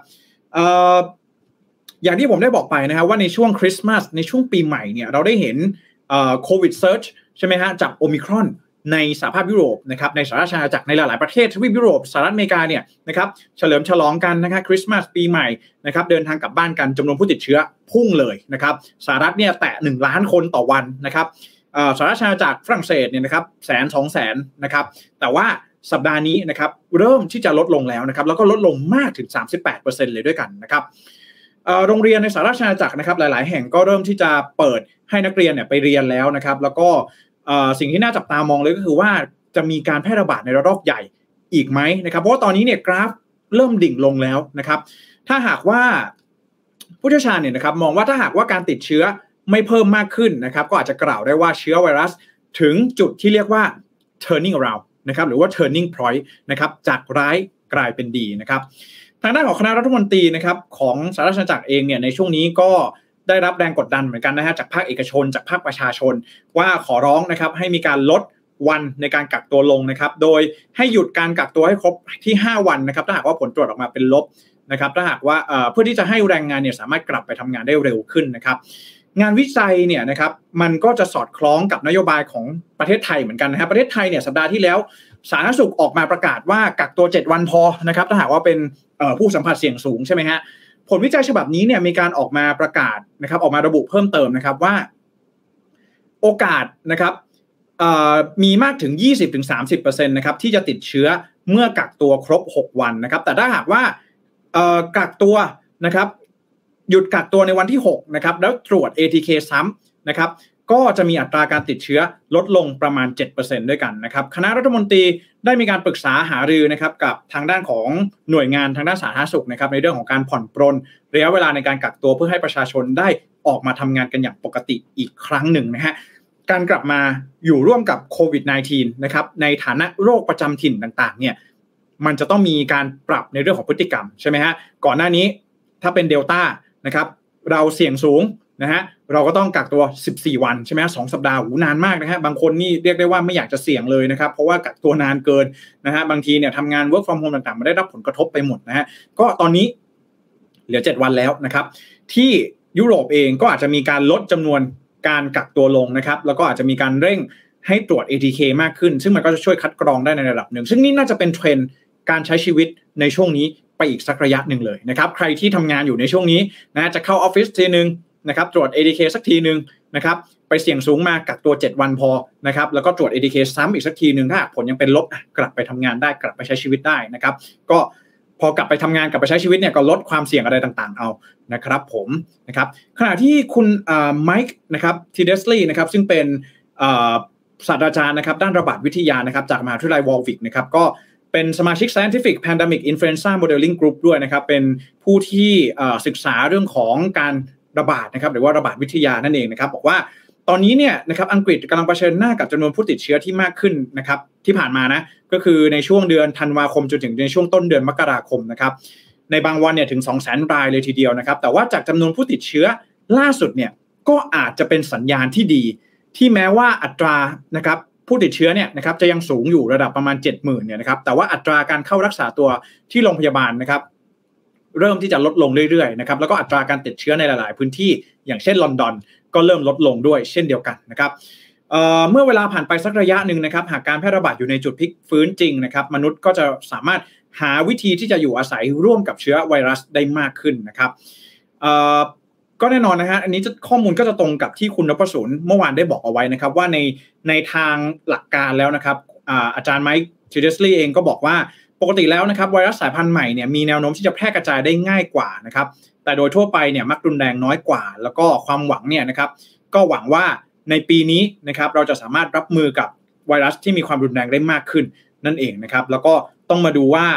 อย่างที่ผมได้บอกไปนะครับว่าในช่วงคริสต์มาสในช่วงปีใหม่เนี่ยเราได้เห็นโควิดเซิร์ชใช่ไหมฮะจากโอมิครอนในสหภาพยุโรปนะครับในสหราชอาณาจักรในหลายๆประเทศทวีปยุโรปสหรัฐอเมริกาเนี่ยนะครับเฉลิมฉลองกันนะครับคริสต์มาสปีใหม่นะครับเดินทางกลับบ้านกันจำนวนผู้ติดเชื้อพุ่งเลยนะครับสหรัฐเนี่ยแตะ1 ล้านคนต่อวันนะครับสหราชอาณาจักรฝรั่งเศสเนี่ยนะครับ100,000-200,000นะครับแต่ว่าสัปดาห์นี้นะครับเริ่มที่จะลดลงแล้วนะครับแล้วก็ลดลงมากถึง 38% เลยด้วยกันนะครับโรงเรียนในสหราชอาณาจักรนะครับหลายๆแห่งก็เริ่มที่จะเปิดให้นักเรียนเนี่ยไปเรียนแล้วนะครับแล้วก็สิ่งที่น่าจับตามองเลยก็คือว่าจะมีการแพร่ระบาดในระลอกใหญ่อีกไหมนะครับเพราะว่าตอนนี้เนี่ยกราฟเริ่มดิ่งลงแล้วนะครับถ้าหากว่าผู้เชี่ยวชาญเนี่ยนะครับมองว่าถ้าหากว่าการติดเชื้อไม่เพิ่มมากขึ้นนะครับก็อาจจะกล่าวได้ว่าเชื้อไวรัสถึงจุดที่เรียกว่า turning around นะครับหรือว่า turning point นะครับจากร้ายกลายเป็นดีนะครับทางด้านของคณะรัฐมนตรีนะครับของสหราชอาณาจักรเองเนี่ยในช่วงนี้ก็ได้รับแรงกดดันเหมือนกันนะฮะจากภาคเอกชนจากภาคประชาชนว่าขอร้องนะครับให้มีการลดวันในการกักตัวลงนะครับโดยให้หยุดการกักตัวให้ครบที่5 วันนะครับถ้าหากว่าผลตรวจออกมาเป็นลบนะครับถ้าหากว่าเพื่อที่จะให้แรงงานเนี่ยสามารถกลับไปทำงานได้เร็วขึ้นนะครับงานวิจัยเนี่ยนะครับมันก็จะสอดคล้องกับนโยบายของประเทศไทยเหมือนกันนะครับประเทศไทยเนี่ยสัปดาห์ที่แล้วสาธารณสุขออกมาประกาศว่ากักตัว7 วันพอนะครับถ้าหากว่าเป็นผู้สัมผัสเสี่ยงสูงใช่ไหมฮะผลวิจัยฉบับนี้เนี่ยมีการออกมาประกาศนะครับออกมาระบุเพิ่มเติมนะครับว่าโอกาสนะครับมีมากถึง 20-30% นะครับที่จะติดเชื้อเมื่อกักตัวครบ6 วันนะครับแต่ถ้าหากว่ากักตัวนะครับหยุดกักตัวในวันที่6นะครับแล้วตรวจ ATK ซ้ำนะครับก็จะมีอัตราการติดเชื้อลดลงประมาณ 7% ด้วยกันนะครับคณะรัฐมนตรีได้มีการปรึกษาหารือนะครับกับทางด้านของหน่วยงานทางด้านสาธารณสุขนะครับในเรื่องของการผ่อนปรนระยะเวลาในการกักตัวเพื่อให้ประชาชนได้ออกมาทำงานกันอย่างปกติอีกครั้งหนึ่งนะฮะการกลับมาอยู่ร่วมกับโควิด -19 นะครับในฐานะโรคประจำถิ่นต่างๆเนี่ยมันจะต้องมีการปรับในเรื่องของพฤติกรรมใช่ไหมฮะก่อนหน้านี้ถ้าเป็นเดลต้านะครับเราเสี่ยงสูงนะฮะเราก็ต้องกักตัว14 วันใช่ไหม2 สัปดาห์นานมากนะฮะบางคนนี่เรียกได้ว่าไม่อยากจะเสี่ยงเลยนะครับเพราะว่ากักตัวนานเกินนะฮะบางทีเนี่ยทำงาน work from home ต่างๆมันได้รับผลกระทบไปหมดนะฮะก็ตอนนี้เหลือ7 วันแล้วนะครับที่ยุโรปเองก็อาจจะมีการลดจำนวนการกักตัวลงนะครับแล้วก็อาจจะมีการเร่งให้ตรวจ ATK มากขึ้นซึ่งมันก็จะช่วยคัดกรองได้ในระดับหนึ่งซึ่งนี่น่าจะเป็นเทรนด์การใช้ชีวิตในช่วงนี้ไปอีกสักระยะหนึ่งเลยนะครับใครที่ทำงานอยู่ในช่วงนี้นะจะเข้าออฟฟิศทีนึงนะครับตรวจ ATK สักทีนึงนะครับไปเสี่ยงสูงมากักตัว7 วันพอนะครับแล้วก็ตรวจ ATK ซ้ำอีกสักทีนึงถ้าผลยังเป็นลบกลับไปทำงานได้กลับไปใช้ชีวิตได้นะครับก็พอกลับไปทำงานกลับไปใช้ชีวิตเนี่ยก็ลดความเสี่ยงอะไรต่างๆเอานะครับผมนะครับขณะที่คุณไมค์นะครับทีเดสลีย์นะครับซึ่งเป็นศาสตราจารย์นะครับด้านระบาดวิทยานะครับจากมหาวิทยาลัยวอลวิกนะครับก็เป็นสมาชิก Scientific Pandemic Influenza Modeling Group ด้วยนะครับเป็นผู้ที่ศึกษาเรื่องของการระบาดนะครับหรือว่าระบาดวิทยานั่นเองนะครับบอกว่าตอนนี้เนี่ยนะครับอังกฤษกำลังเผชิญหน้ากับจำนวนผู้ติดเชื้อที่มากขึ้นนะครับที่ผ่านมานะก็คือในช่วงเดือนธันวาคมจนถึงในช่วงต้นเดือนมกราคมนะครับในบางวันเนี่ยถึง 200,000 รายเลยทีเดียวนะครับแต่ว่าจากจำนวนผู้ติดเชื้อล่าสุดเนี่ยก็อาจจะเป็นสัญญาณที่ดีที่แม้ว่าอัตรานะครับผู้ติดเชื้อเนี่ยนะครับจะยังสูงอยู่ระดับประมาณ 70,000 เนี่ยนะครับแต่ว่าอัตราการเข้ารักษาตัวที่โรงพยาบาลนะครับเริ่มที่จะลดลงเรื่อยๆนะครับแล้วก็อัตราการติดเชื้อในหลายๆพื้นที่อย่างเช่นลอนดอนก็เริ่มลดลงด้วยเช่นเดียวกันนะครับเมื่อเวลาผ่านไปสักระยะหนึ่งนะครับหากการแพร่ระบาดอยู่ในจุดพลิกฟื้นจริงนะครับมนุษย์ก็จะสามารถหาวิธีที่จะอยู่อาศัยร่วมกับเชื้อไวรัสได้มากขึ้นนะครับก็แน่นอนนะฮะอันนี้ข้อมูลก็จะตรงกับที่คุณนพศรเมื่อวานได้บอกเอาไว้นะครับว่าในทางหลักการแล้วนะครับอาจารย์ไมค์ทีเดสลีย์เองก็บอกว่าปกติแล้วนะครับไวรัสสายพันธุ์ใหม่เนี่ยมีแนวโน้มที่จะแพร่กระจายได้ง่ายกว่านะครับแต่โดยทั่วไปเนี่ยมักรุนแรงน้อยกว่าแล้วก็ความหวังเนี่ยนะครับก็หวังว่าในปีนี้นะครับเราจะสามารถรับมือกับไวรัสที่มีความรุนแรงได้มากขึ้นนั่นเองนะครับแล้วก็ต้องมาดูว่า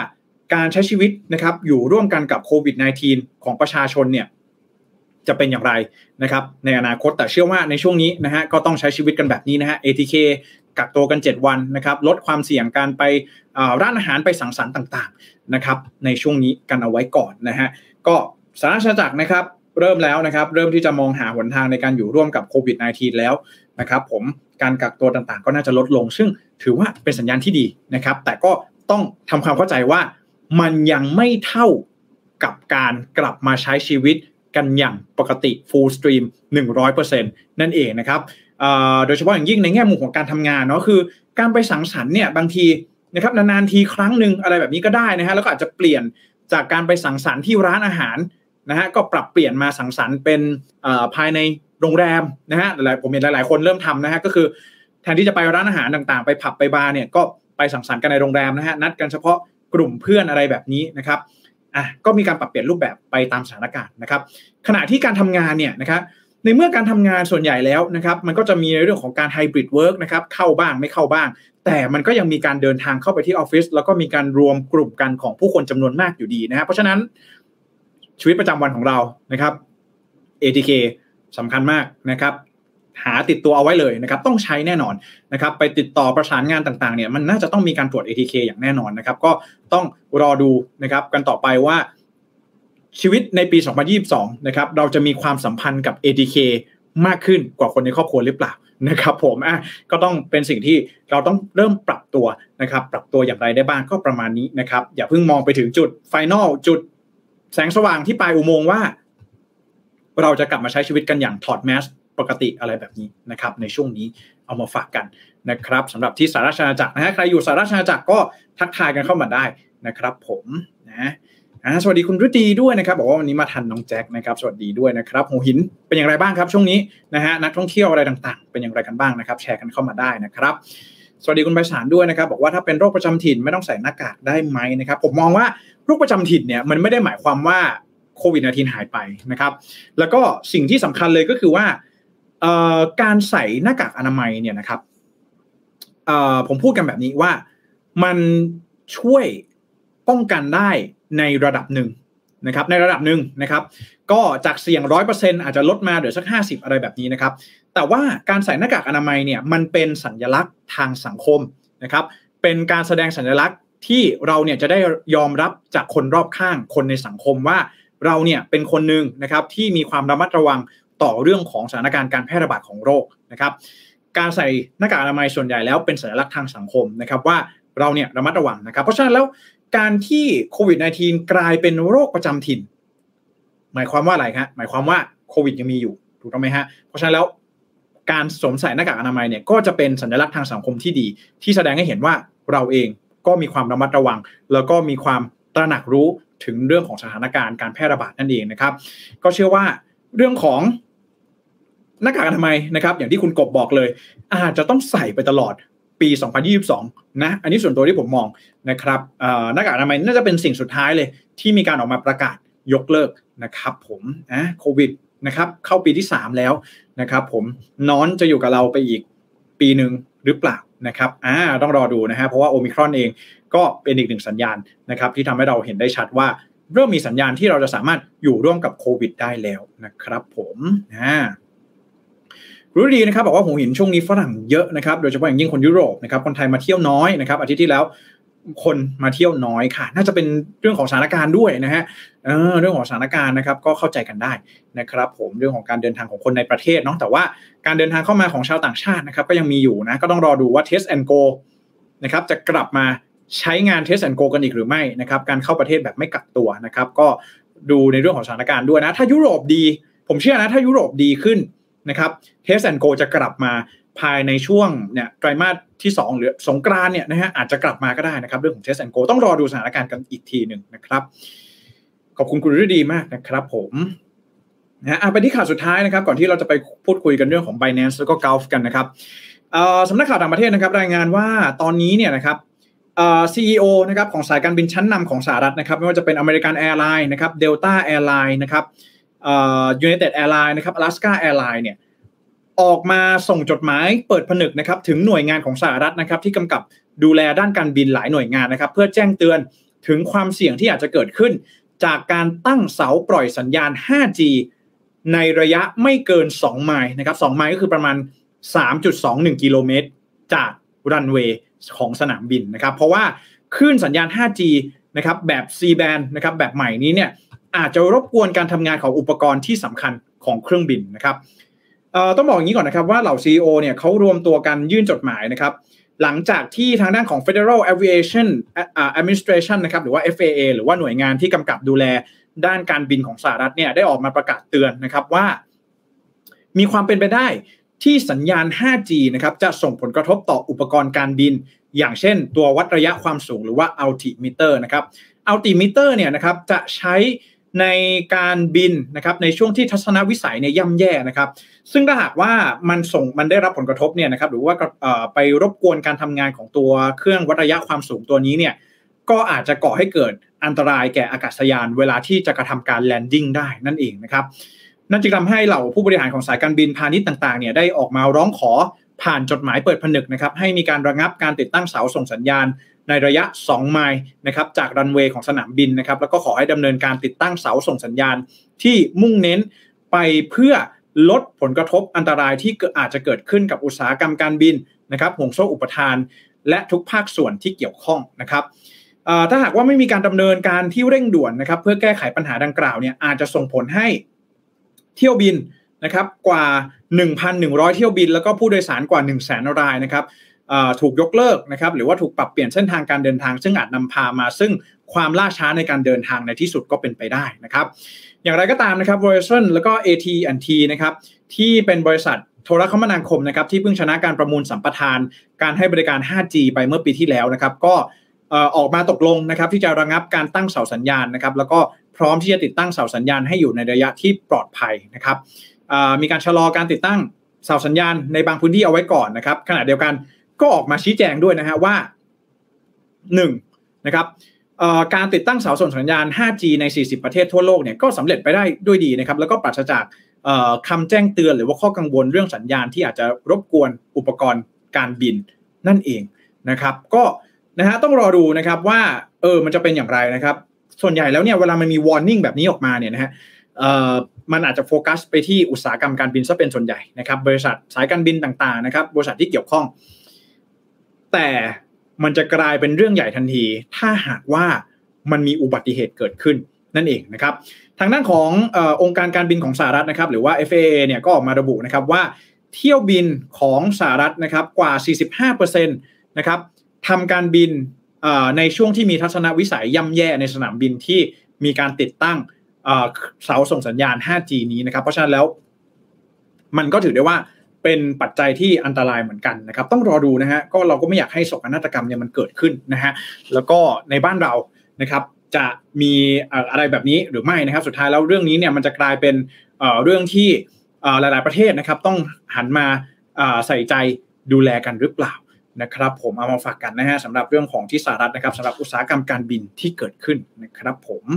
การใช้ชีวิตนะครับอยู่ร่วมกันกับโควิด -19 ของประชาชนเนี่ยจะเป็นอย่างไรนะครับในอนาคตแต่เชื่อว่าในช่วงนี้นะฮะก็ต้องใช้ชีวิตกันแบบนี้นะฮะ ATK กักตัวกัน7วันนะครับลดความเสี่ยงการไปร้านอาหารไปสังสรรค์ต่างๆนะครับในช่วงนี้กันเอาไว้ก่อนนะฮะก็สหราชอาณาจักรนะครับเริ่มแล้วนะครับเริ่มที่จะมองหาหนทางในการอยู่ร่วมกับโควิด -19 แล้วนะครับผมการกักตัวต่างๆก็น่าจะลดลงซึ่งถือว่าเป็นสัญญาณที่ดีนะครับแต่ก็ต้องทำความเข้าใจว่ามันยังไม่เท่ากับการกลับมาใช้ชีวิตกันอย่างปกติ full stream 100% นั่นเองนะครับโดยเฉพาะอย่างยิ่งในแง่มุมของการทำงานเนาะคือการไปสังสรรค์เนี่ยบางทีนะครับนานๆทีครั้งนึงอะไรแบบนี้ก็ได้นะฮะแล้วก็อาจจะเปลี่ยนจากการไปสังสรรค์ที่ร้านอาหารนะฮะก็ปรับเปลี่ยนมาสังสรรค์เป็นภายในโรงแรมนะฮะผมเห็นหลายๆคนเริ่มทำนะฮะก็คือแทนที่จะไปร้านอาหารต่างๆไปผับไปบาร์เนี่ยก็ไปสังสรรค์กันในโรงแรมนะฮะนัดกันเฉพาะกลุ่มเพื่อนอะไรแบบนี้นะครับก็มีการปรับเปลี่ยนรูปแบบไปตามสถานการณ์นะครับขณะที่การทำงานเนี่ยนะครับในเมื่อการทำงานส่วนใหญ่แล้วนะครับมันก็จะมีในเรื่องของการไฮบริดเวิร์กนะครับเข้าบ้างไม่เข้าบ้างแต่มันก็ยังมีการเดินทางเข้าไปที่ออฟฟิศแล้วก็มีการรวมกลุ่มกันของผู้คนจำนวนมากอยู่ดีนะฮะเพราะฉะนั้นชีวิตประจำวันของเรานะครับ ATK สำคัญมากนะครับหาติดตัวเอาไว้เลยนะครับต้องใช้แน่นอนนะครับไปติดต่อประสานงานต่างๆเนี่ยมันน่าจะต้องมีการตรวจ ATK อย่างแน่นอนนะครับก็ต้องรอดูนะครับกันต่อไปว่าชีวิตในปี 2022 นะครับเราจะมีความสัมพันธ์กับ ATK มากขึ้นกว่าคนในครอบครัวหรือเปล่านะครับผมก็ต้องเป็นสิ่งที่เราต้องเริ่มปรับตัวนะครับปรับตัวอย่างไรได้บ้างก็ประมาณนี้นะครับอย่าเพิ่งมองไปถึงจุดไฟนอลจุดแสงสว่างที่ปลายอุโมงค์ว่าเราจะกลับมาใช้ชีวิตกันอย่างถอดแมสปกติอะไรแบบนี้นะครับในช่วงนี้เอามาฝากกันนะครับสำหรับที่สหราชอาณาจักรนะฮะใครอยู่สหราชอาณาจักรก็ทักทายกันเข้ามาได้นะครับผมนะสวัสดีคุณฤดีด้วยนะครับบอกว่าวันนี้มาทันน้องแจ็คนะครับสวัสดีด้วยนะครับหัวหินเป็นอย่างไรบ้างครับช่วงนี้นะฮะนักท่องเที่ยวอะไรต่างๆเป็นอย่างไรกันบ้างนะครับแชร์กันเข้ามาได้นะครับสวัสดีคุณไพศาลด้วยนะครับบอกว่าถ้าเป็นโรคประจำถิ่นไม่ต้องใส่หน้ากากได้ไหมนะครับผมมองว่าโรคประจำถิ่นเนี่ยมันไม่ได้หมายความว่าโควิด-19 หายไปนะครับแล้วก็สิ่งที่สำคัญเลยก็คือว่าการใส่หน้ากากอนามัยเนี่ยนะครับผมพูดกันแบบนี้ว่ามันช่วยป้องกันได้ในระดับหนึ่งนะครับในระดับหนึ่งนะครับก็จากเสี่ยง 100% อาจจะลดมาเหลือสัก50อะไรแบบนี้นะครับแต่ว่าการใส่หน้ากากอนามัยเนี่ยมันเป็นสัญลักษณ์ทางสังคมนะครับเป็นการแสดงสัญลักษณ์ที่เราเนี่ยจะได้ยอมรับจากคนรอบข้างคนในสังคมว่าเราเนี่ยเป็นคนนึงนะครับที่มีความระมัดระวังต่อเรื่องของสถานการณ์การแพร่ระบาดของโรคนะครับการใส่หน้ากากอนามัยส่วนใหญ่แล้วเป็นสัญลักษณ์ทางสังคมนะครับว่าเราเนี่ยระมัดระวังนะครับเพราะฉะนั้นแล้วการที่โควิด -19 กลายเป็นโรคประจำถิ่นหมายความว่าอะไรครับหมายความว่าโควิดยังมีอยู่ถูกต้องไหมฮะเพราะฉะนั้นแล้วการสวมใส่หน้ากากอนามัยเนี่ยก็จะเป็นสัญลักษณ์ทางสังคมที่ดีที่แสดงให้เห็นว่าเราเองก็มีความระมัดระวังแล้วก็มีความตระหนักรู้ถึงเรื่องของสถานการณ์การแพร่ระบาดนั่นเองนะครับก็เชื่อว่าเรื่องของหน้ากากอนามัยนะครับอย่างที่คุณกบบอกเลยอาจจะต้องใส่ไปตลอดปี 2022 นะอันนี้ส่วนตัวที่ผมมองนะครับหน้ากากอนามัยน่าจะเป็นสิ่งสุดท้ายเลยที่มีการออกมาประกาศยกเลิกนะครับผมโควิดนะครับเข้าปีที่3แล้วนะครับผมน้อนจะอยู่กับเราไปอีกปีนึงหรือเปล่านะครับต้องรอดูนะฮะเพราะว่าโอมิครอนเองก็เป็นอีกหนึ่งสัญญาณนะครับที่ทำให้เราเห็นได้ชัดว่าเริ่มมีสัญญาณที่เราจะสามารถอยู่ร่วมกับโควิดได้แล้วนะครับผมรู้ดีนะครับบอกว่าหัวหินช่วงนี้ฝรั่งเยอะนะครับโดยเฉพาะอย่างยิ่งคนยุโรปนะครับคนไทยมาเที่ยวน้อยนะครับอาทิตย์ที่แล้วคนมาเที่ยวน้อยค่ะน่าจะเป็นเรื่องของสถานการณ์ด้วยนะฮะเรื่องของสถานการณ์นะครับก็เข้าใจกันได้นะครับผมเรื่องของการเดินทางของคนในประเทศเนาะแต่ว่าการเดินทางเข้ามาของชาวต่างชาตินะครับก็ยังมีอยู่นะก็ต้องรอดูว่า Test and Go นะครับจะกลับมาใช้งาน Test and Go กันอีกหรือไม่นะครับการเข้าประเทศแบบไม่กักตัวนะครับก็ดูในเรื่องของสถานการณ์ด้วยนะถ้ายุโรปดีผมเชื่อนะถ้ายุโรปดีขึ้นนะครับ Test and Go จะกลับมาภายในช่วงเนี่ยไตรมาสที่2หรือสงกรานต์เนี่ยนะฮะอาจจะกลับมาก็ได้นะครับเรื่องของ Test and Go ต้องรอดูสถานการณ์กันอีกทีนึงนะครับขอบคุณคุณฤดีมากนะครับผมนะไปที่ข่าวสุดท้ายนะครับก่อนที่เราจะไปพูดคุยกันเรื่องของ Binance แล้วก็ Gulf กันนะครับสำนักข่าวต่างประเทศนะครับรายงานว่าตอนนี้เนี่ยนะครับCEO นะครับของสายการบินชั้นนำของสหรัฐนะครับไม่ว่าจะเป็น American Airlines นะครับ Delta Airlines นะครับUnited Airlines นะครับ Alaska Airlines เนี่ยออกมาส่งจดหมายเปิดผนึกนะครับถึงหน่วยงานของสหรัฐนะครับที่กำกับดูแลด้านการบินหลายหน่วยงานนะครับเพื่อแจ้งเตือนถึงความเสี่ยงที่อาจจะเกิดขึ้นจากการตั้งเสาปล่อยสัญญาณ 5G ในระยะไม่เกิน2ไมล์นะครับ2ไมล์ก็คือประมาณ 3.21 กิโลเมตรจากรันเวย์ของสนามบินนะครับเพราะว่าคลื่นสัญญาณ 5G นะครับแบบ C-band นะครับแบบใหม่นี้เนี่ยอาจจะรบกวนการทำงานของอุปกรณ์ที่สำคัญของเครื่องบินนะครับต้องบอกอย่างนี้ก่อนนะครับว่าเหล่า CEO เนี่ยเขารวมตัวกันยื่นจดหมายนะครับหลังจากที่ทางด้านของ Federal Aviation Administration นะครับหรือว่า FAA หรือว่าหน่วยงานที่กำกับดูแลด้านการบินของสหรัฐเนี่ยได้ออกมาประกาศเตือนนะครับว่ามีความเป็นไปได้ที่สัญญาณ 5G นะครับจะส่งผลกระทบต่ออุปกรณ์การบินอย่างเช่นตัววัดระยะความสูงหรือว่า altimeter นะครับ altimeter เนี่ยนะครับจะใช้ในการบินนะครับในช่วงที่ทัศนวิสัยเนี่ยย่ำแย่นะครับซึ่งถ้าหากว่ามันได้รับผลกระทบเนี่ยนะครับหรือว่าไปรบกวนการทำงานของตัวเครื่องวัดระยะความสูงตัวนี้เนี่ยก็อาจจะก่อให้เกิดอันตรายแก่อากาศยานเวลาที่จะกระทำการแลนดิ้งได้นั่นเองนะครับนั่นจึงทำให้เหล่าผู้บริหารของสายการบินพาณิชย์ต่างๆเนี่ยได้ออกมาร้องขอผ่านจดหมายเปิดผนึกนะครับให้มีการระงับการติดตั้งเสาส่งสัญญาณในระยะ2ไมล์นะครับจากรันเวย์ของสนามบินนะครับแล้วก็ขอให้ดำเนินการติดตั้งเสาส่งสัญญาณที่มุ่งเน้นไปเพื่อลดผลกระทบอันตรายที่อาจจะเกิดขึ้นกับอุตสาหกรรมการบินนะครับห่วงโซ่อุปทานและทุกภาคส่วนที่เกี่ยวข้องนะครับถ้าหากว่าไม่มีการดำเนินการที่เร่งด่วนนะครับเพื่อแก้ไขปัญหาดังกล่าวเนี่ยอาจจะส่งผลให้เที่ยวบินนะครับกว่า 1,100 เที่ยวบินแล้วก็ผู้โดยสารกว่า 100,000 รายนะครับถูกยกเลิกนะครับหรือว่าถูกปรับเปลี่ยนเส้นทางการเดินทางซึ่งอาจนำพามาซึ่งความล่าช้าในการเดินทางในที่สุดก็เป็นไปได้นะครับอย่างไรก็ตามนะครับ Verizon แล้วก็ AT&T นะครับที่เป็นบริษัทโทรคมนาคมนะครับที่เพิ่งชนะการประมูลสัมปทานการให้บริการ 5G ไปเมื่อปีที่แล้วนะครับก็ออกมาตกลงนะครับที่จะระงับการตั้งเสาสัญญาณนะครับแล้วก็พร้อมที่จะติดตั้งเสาสัญญาณให้อยู่ในระยะที่ปลอดภัยนะครับมีการชะลอการติดตั้งเสาสัญญาณในบางพื้นที่เอาไว้ก่อนนะครับขณะเดียวกันก็ออกมาชี้แจงด้วยนะฮะว่า1นะครับการติดตั้งเสาส่งสัญญาณ 5G ใน40ประเทศทั่วโลกเนี่ยก็สำเร็จไปได้ด้วยดีนะครับแล้วก็ปราศจากคำแจ้งเตือนหรือว่าข้อกังวลเรื่องสัญญาณที่อาจจะรบกวนอุปกรณ์การบินนั่นเองนะครับก็นะฮะต้องรอดูนะครับว่ามันจะเป็นอย่างไรนะครับส่วนใหญ่แล้วเนี่ยเวลามันมี warning แบบนี้ออกมาเนี่ยนะฮะมันอาจจะโฟกัสไปที่อุตสาหกรรมการบินซะเป็นส่วนใหญ่นะครับบริษัทสายการบินต่างๆนะครับบริษัทที่เกี่ยวข้องแต่มันจะกลายเป็นเรื่องใหญ่ทันทีถ้าหากว่ามันมีอุบัติเหตุเกิดขึ้นนั่นเองนะครับทางด้านขององค์การการบินของสหรัฐนะครับหรือว่า FAA เนี่ยก็ออกมาระบุนะครับว่าเที่ยวบินของสหรัฐนะครับกว่า 45% นะครับทำการบินในช่วงที่มีทัศนวิสัยย่ำแย่ในสนามบินที่มีการติดตั้งเสาส่งสัญญาณ 5G นี้นะครับเพราะฉะนั้นแล้วมันก็ถือได้ว่าเป็นปัจจัยที่อันตรายเหมือนกันนะครับต้องรอดูนะฮะก็เราก็ไม่อยากให้โศกนาฏกรรมเนี่ยมันเกิดขึ้นนะฮะแล้วก็ในบ้านเรานะครับจะมีอะไรแบบนี้หรือไม่นะครับสุดท้ายแล้วเรื่องนี้เนี่ยมันจะกลายเป็นเรื่องที่หลายๆประเทศนะครับต้องหันมาใส่ใจดูแลกันหรือเปล่านะครับผมเอามาฝากกันนะฮะสำหรับเรื่องของที่สหรัฐนะครับสำหรับอุตสาหกรรมการบินที่เกิดขึ้นนะครับผม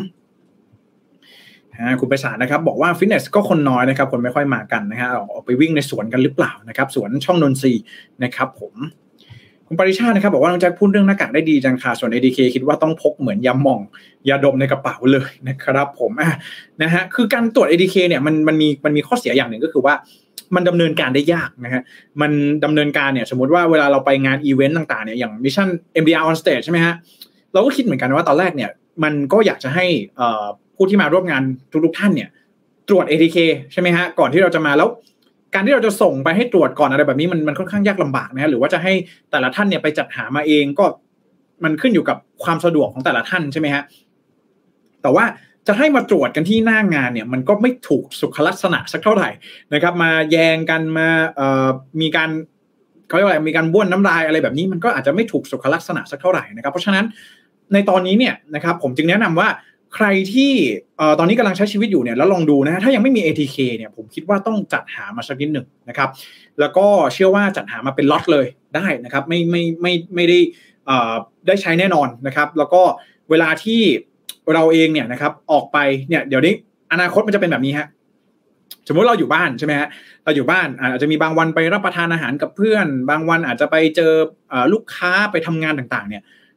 คุณไพศาลนะครับบอกว่าฟิตเนสก็คนน้อยนะครับคนไม่ค่อยมากันนะฮะออกไปวิ่งในสวนกันหรือเปล่านะครับสวนช่องนนทรีนะครับผมคุณปริชาตินะครับบอกว่าน้องแจ็คพูดเรื่องหน้ากากได้ดีจังค่ะส่วน ADK คิดว่าต้องพกเหมือนยาหม่องยาดมในกระเป๋าเลยนะครับผมนะฮะคือการตรวจ ADK เนี่ยมันมีข้อเสียอย่างหนึ่งก็คือว่ามันดำเนินการได้ยากนะฮะมันดำเนินการเนี่ยสมมติว่าเวลาเราไปงานอีเวนต์ต่างๆเนี่ยอย่างมิชชั่น MDR on stage ใช่ไหมฮะเราก็คิดเหมือนกันว่าตอนแรกเนี่ยมันก็อยากจะให้ผู้ที่มาร่วมงานทุกท่านเนี่ยตรวจ ATK ใช่ไหมฮะก่อนที่เราจะมาแล้วการที่เราจะส่งไปให้ตรวจก่อนอะไรแบบนี้มันค่อนข้างยากลำบากนะฮะหรือว่าจะให้แต่ละท่านเนี่ยไปจัดหามาเองก็มันขึ้นอยู่กับความสะดวกของแต่ละท่านใช่ไหมฮะแต่ว่าจะให้มาตรวจกันที่หน้างานเนี่ยมันก็ไม่ถูกสุขลักษณะสักเท่าไหร่นะครับมาแยงกันมามีการเขาเรียกว่าอะไรมีการบ้วนน้ำลายอะไรแบบนี้มันก็อาจจะไม่ถูกสุขลักษณะสักเท่าไหร่นะครับเพราะฉะนั้นในตอนนี้เนี่ยนะครับผมจึงแนะนำว่าใครที่ตอนนี้กำลังใช้ชีวิตอยู่เนี่ยแล้วลองดูนะถ้ายังไม่มี ATK เนี่ยผมคิดว่าต้องจัดหามาสักนิดหนึ่งนะครับแล้วก็เชื่อว่าจัดหามาเป็นล็อตเลยได้นะครับไม่ได้ใช้แน่นอนนะครับแล้วก็เวลาที่เราเองเนี่ยนะครับออกไปเนี่ยเดี๋ยวนี้อนาคตมันจะเป็นแบบนี้ฮะสมมุติเราอยู่บ้านใช่ไหมฮะเราอยู่บ้านอาจจะมีบางวันไปรับประทานอาหารกับเพื่อนบางวันอาจจะไปเจอลูกค้าไปทำงานต่างๆเนี่ย